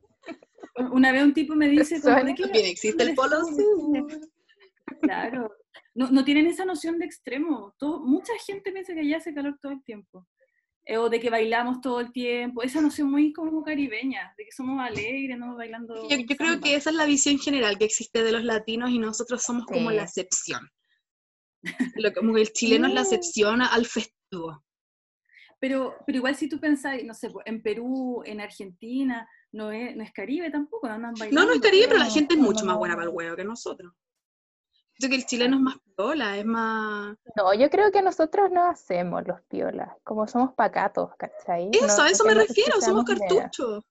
Una vez un tipo me dice, como, suena? ¿de qué También existe el eres Polo tú? Sur. Claro. No, no tienen esa noción de extremo. Todo, mucha gente piensa que allá hace calor todo el tiempo. Eh, o de que bailamos todo el tiempo. Esa noción muy como caribeña, de que somos alegres, no bailando Yo, yo creo samba. que esa es la visión general que existe de los latinos y nosotros somos como la Sí. excepción. Lo, como que el chileno es la Mm. excepción al festivo. Pero, pero igual si tú pensás, no sé, pues, en Perú, en Argentina, no es, no es Caribe tampoco, andan bailando. No, no es Caribe, pero la No, gente es no, mucho no, más no. buena para el huevo que nosotros. Yo creo que el chileno es más piola, es más... No, yo creo que nosotros no hacemos los piolas, como somos pacatos, ¿cachai? Eso, No, a eso que me no es que refiero, somos seamos meas. cartuchos.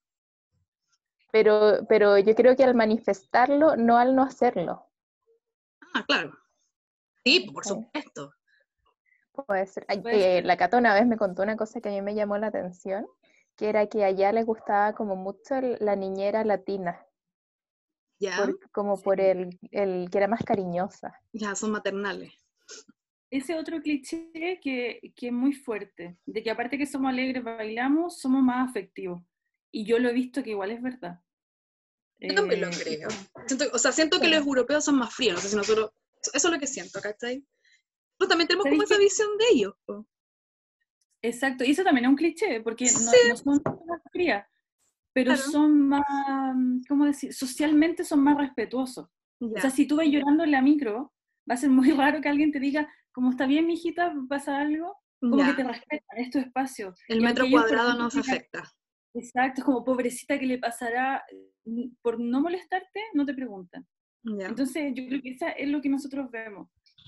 Pero, pero yo creo que al manifestarlo, no al no hacerlo. Ah, claro. Sí, por ¿cachai? supuesto. Puede ser. Ay, Puede eh, ser. la Cata una vez me contó una cosa que a mí me llamó la atención, que era que allá les gustaba como mucho el- la niñera latina, Ya, por- como Sí. por el, el que era más cariñosa. ya son maternales. Ese otro cliché que, que es muy fuerte, de que aparte que somos alegres, bailamos, somos más afectivos. Y yo lo he visto que igual es verdad. Yo también lo Eh, creo. Siento, o sea, siento que Sí. los europeos son más fríos, no sé si nosotros... Eso es lo que siento, ¿cachai? Nosotros también tenemos como ¿Sabéis esa qué? visión de ellos. po. Exacto, y eso también es un cliché, porque no, Sí, no son más frías, pero claro. son más, ¿cómo decir? Socialmente son más respetuosos. O sea, Ya, si tú vas llorando en la micro, va a ser muy raro que alguien te diga, como está bien, mijita, pasa algo, como que ya. te respetan, es tu espacio. El Y aunque metro ellos, por cuadrado ejemplo, nos digan, afecta. exacto, es como pobrecita que le pasará, mm, por no molestarte, no te preguntan. Ya. Entonces, yo creo que eso es lo que nosotros vemos.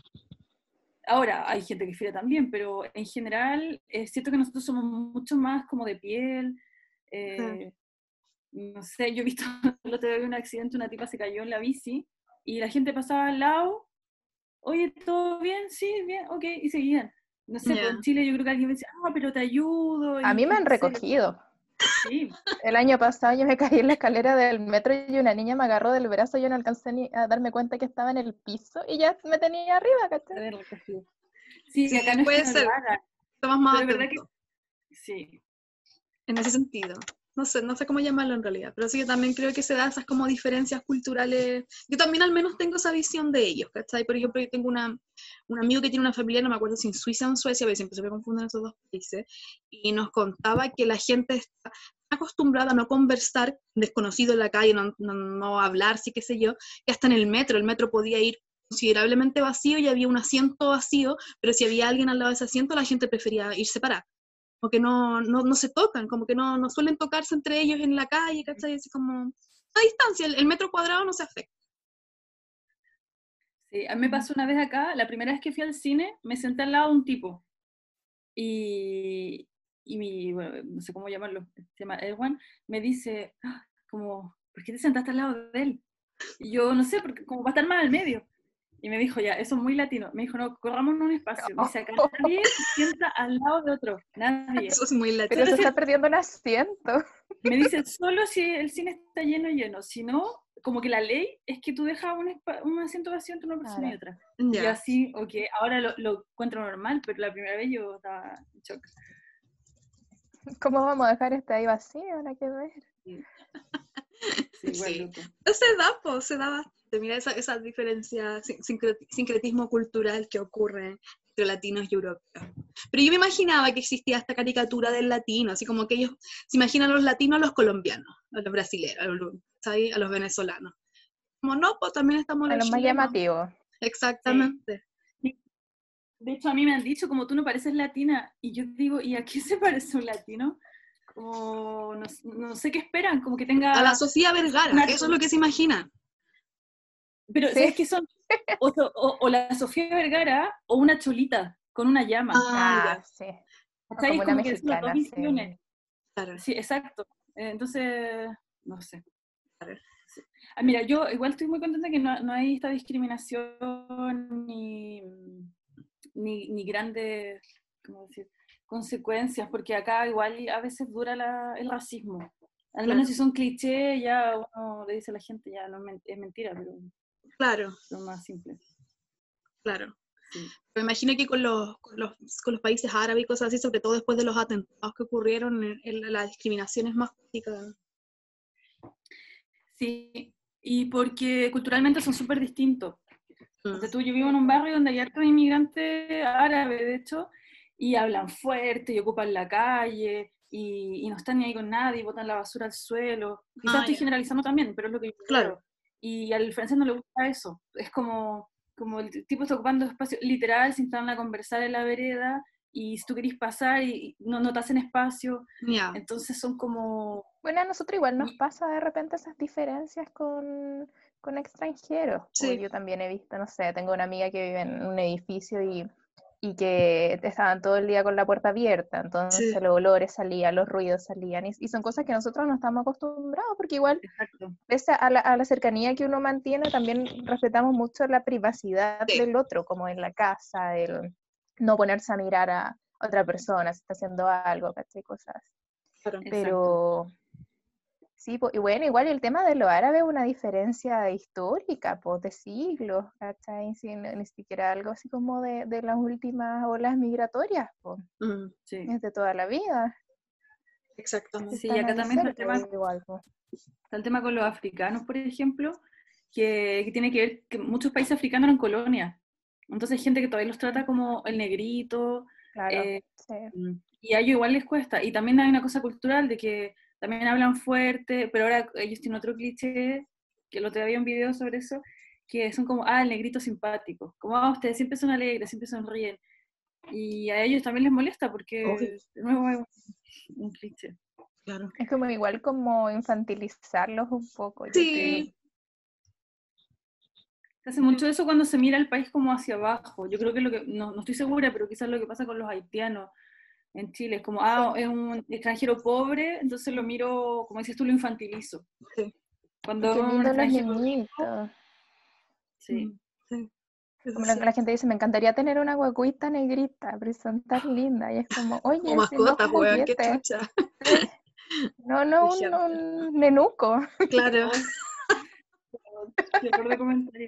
Ahora, hay gente que fiera también, pero en general es cierto que nosotros somos mucho más como de piel. eh, no sé, yo he visto el otro día había un accidente, una tipa se cayó en la bici y la gente pasaba al lado, oye, ¿todo bien? Sí, bien, ok, y seguían. No sé, pues Ya. en Chile yo creo que alguien me decía, ah, pero te ayudo, A y, mí me y han no sé. recogido. Sí, El año pasado yo me caí en la escalera del metro y una niña me agarró del brazo y yo no alcancé ni a darme cuenta que estaba en el piso y ya me tenía arriba, ¿cachai? haber recogido. Sí, acá Sí, no es que puede no lo ser. hagan, Estamos más pero es verdad que atentos sí. en ese sentido. no sé, no sé cómo llamarlo en realidad, pero sí que también creo que se da esas como diferencias culturales. Yo también al menos tengo esa visión de ellos, ¿cachai? Por ejemplo, yo tengo una, un amigo que tiene una familia, no me acuerdo si en Suiza o en Suecia, a veces siempre se me confunden esos dos países, y nos contaba que la gente está acostumbrada a no conversar desconocido en la calle, no, no, no hablar, sí qué sé yo, que hasta en el metro, el metro podía ir considerablemente vacío y había un asiento vacío, pero si había alguien al lado de ese asiento, la gente prefería ir separada. Como que no, no, no se tocan, como que no, no suelen tocarse entre ellos en la calle, ¿cachai? Así como a distancia, el, el metro cuadrado no se afecta. Sí, a mí me pasó una vez acá, la primera vez que fui al cine, me senté al lado de un tipo. Y, y mi, bueno, no sé cómo llamarlo, se llama Erwan, me dice, "Ah, como, ¿por qué te sentaste al lado de él?" Y yo, no sé, porque como va a estar más al medio. Y me dijo, ya, eso es muy latino. Me dijo, no, corramos un espacio. Me dice, acá nadie se sienta al lado de otro, nadie. Eso es muy Pero latino. se está perdiendo un asiento. Me dice, solo si el cine está lleno, lleno. Si no, como que la ley es que tú dejas un, espa- un asiento vacío entre una persona y Claro. otra. Ya. Y así, ok, ahora lo, lo encuentro normal, pero la primera vez yo estaba en shock. ¿Cómo vamos a dejar este ahí vacío? Nada que ver. Sí, sí, igual Sí. loco. Pero se da, pues, se da bastante. Mira esa, esa diferencia, sin- sincre- sincretismo cultural que ocurre entre latinos y europeos. Pero yo me imaginaba que existía esta caricatura del latino, así como que ellos se imaginan a los latinos, a los colombianos, a los brasileños, a los, ¿sabes? A los venezolanos. Como no, pues también estamos A los lo más chilenos. llamativo. Exactamente. Sí. De hecho, a mí me han dicho, como tú no pareces latina, y yo digo, ¿y a qué se parece un latino? Como, no, no sé qué esperan, como que A la tenga Sofía Vergara, una... eso es lo que se imagina. Pero, Sí. ¿sabes qué son? O, o- o la Sofía Vergara o una cholita con una llama. Ah, Ah, ya, sí. O ¿Cachai? como Es una como que son las dos mexicana, sí. visiones. claro. Sí, exacto. Eh, Entonces, no sé. Claro. Sí. Ah, mira, yo igual estoy muy contenta que no, no hay esta discriminación ni, ni, ni grandes, ¿cómo decir?, consecuencias, porque acá igual a veces dura la, el racismo. Al Claro. menos si son clichés, ya uno le dice a la gente, ya no es men- es mentira, pero Claro, lo más simple. claro. Sí. Me imagino que con los, con los, con los países árabes y cosas así, sobre todo después de los atentados que ocurrieron, en, en la discriminación es más práctica. Sí, y porque culturalmente son súper distintos. Mm. Ponte tú, yo vivo en un barrio donde hay hartos inmigrantes árabes, de hecho, y hablan fuerte, y ocupan la calle, y, y no están ni ahí con nadie, y botan la basura al suelo. Quizás Ah, estoy ya. generalizando también, pero es lo que yo Claro. veo. Y al francés no le gusta eso. Es como, como el tipo está ocupando espacio literal, se instalan a conversar en la vereda, y si tú querís pasar, y no, no te hacen espacio. Ya. Entonces son como... Bueno, a nosotros igual nos pasa de repente esas diferencias con, con extranjeros. Pues Sí. yo también he visto, no sé, tengo una amiga que vive en un edificio y, y que estaban todo el día con la puerta abierta, entonces Sí. los olores salían, los ruidos salían, y, y son cosas que nosotros no estamos acostumbrados, porque igual, Exacto. pese a la, a la cercanía que uno mantiene, también respetamos mucho la privacidad Sí. del otro, como en la casa, el no ponerse a mirar a otra persona si está haciendo algo, ¿cachai? Cosas así. Claro. Exacto. Pero sí, po, y bueno, igual el tema de los árabes es una diferencia histórica, pues, de siglos, ¿cachai? Sí, no- ni siquiera algo así como de, de las últimas olas migratorias, pues, Mm, Sí. es de toda la vida. exactamente. Sí, Están acá ahí también está el cerca tema, igual, pues. está el tema con los africanos, por ejemplo, que, que tiene que ver que muchos países africanos eran colonias. Entonces hay gente que todavía los trata como el negrito, Claro, eh, sí. y a ellos igual les cuesta. Y también hay una cosa cultural de que también hablan fuerte, pero ahora ellos tienen otro cliché, que lo te había un video sobre eso, que son como, ah, el negrito simpático. Como, ah, ustedes siempre son alegres, siempre sonríen. Y a ellos también les molesta porque, Obvio. de nuevo, es un, un cliché. Claro. Es como igual como infantilizarlos un poco, yo creo. Sí. Se hace mucho eso cuando se mira el país como hacia abajo. Yo creo que lo que, no, no estoy segura, pero quizás lo que pasa con los haitianos en Chile es como, ah, es un extranjero pobre, entonces lo miro, como dices tú, lo infantilizo. Sí. Cuando Qué es un lindo los extranjero rico, niñitos. sí. Mm, sí. Eso Como sí. la, la gente dice, me encantaría tener una guaguita negrita, pero son tan lindas. Y es como, O oye, si no mascotas, un weón, qué juguete. chucha. Sí. No, no, Por un, ejemplo. un nenuco. Claro. Qué horror de comentario.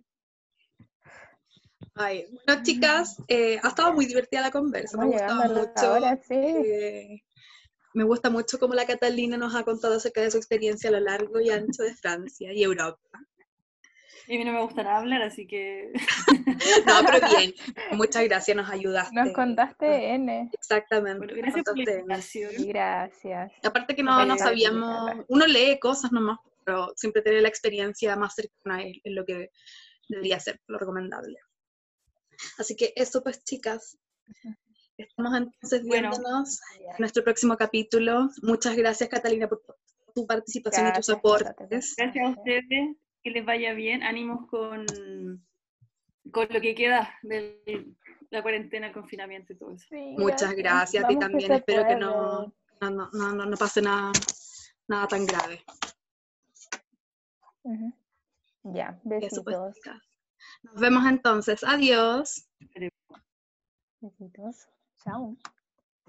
Ay, bueno, chicas, eh, ha estado muy divertida la conversa, me Estamos ha gustado llegando a la mucho. hora, sí. Eh, me gusta mucho cómo la Catalina nos ha contado acerca de su experiencia a lo largo y ancho de Francia y Europa. Y a mí no me gustará hablar, así que... No, pero bien, muchas gracias, nos ayudaste. Nos contaste N. Exactamente. Bueno, gracias por la contaste. invitación. Sí, gracias. Aparte que no, no Eh, sabíamos, uno lee cosas nomás, pero siempre tener la experiencia más cercana es, es lo que debería ser, lo recomendable. Así que eso pues, chicas. Estamos entonces Bueno. viéndonos en nuestro próximo capítulo. Muchas gracias, Catalina, por tu participación Gracias, y tus aportes. Gracias a ustedes, que les vaya bien. Ánimos con, con lo que queda de la cuarentena, el confinamiento y todo eso. Sí, Muchas gracias, a ti Vamos, también. que Espero puede. que no, no, no, no, no pase nada, nada tan grave. Uh-huh. Ya, Eso pues, besitos. chicas. Nos vemos entonces. Adiós. Besitos. Chao.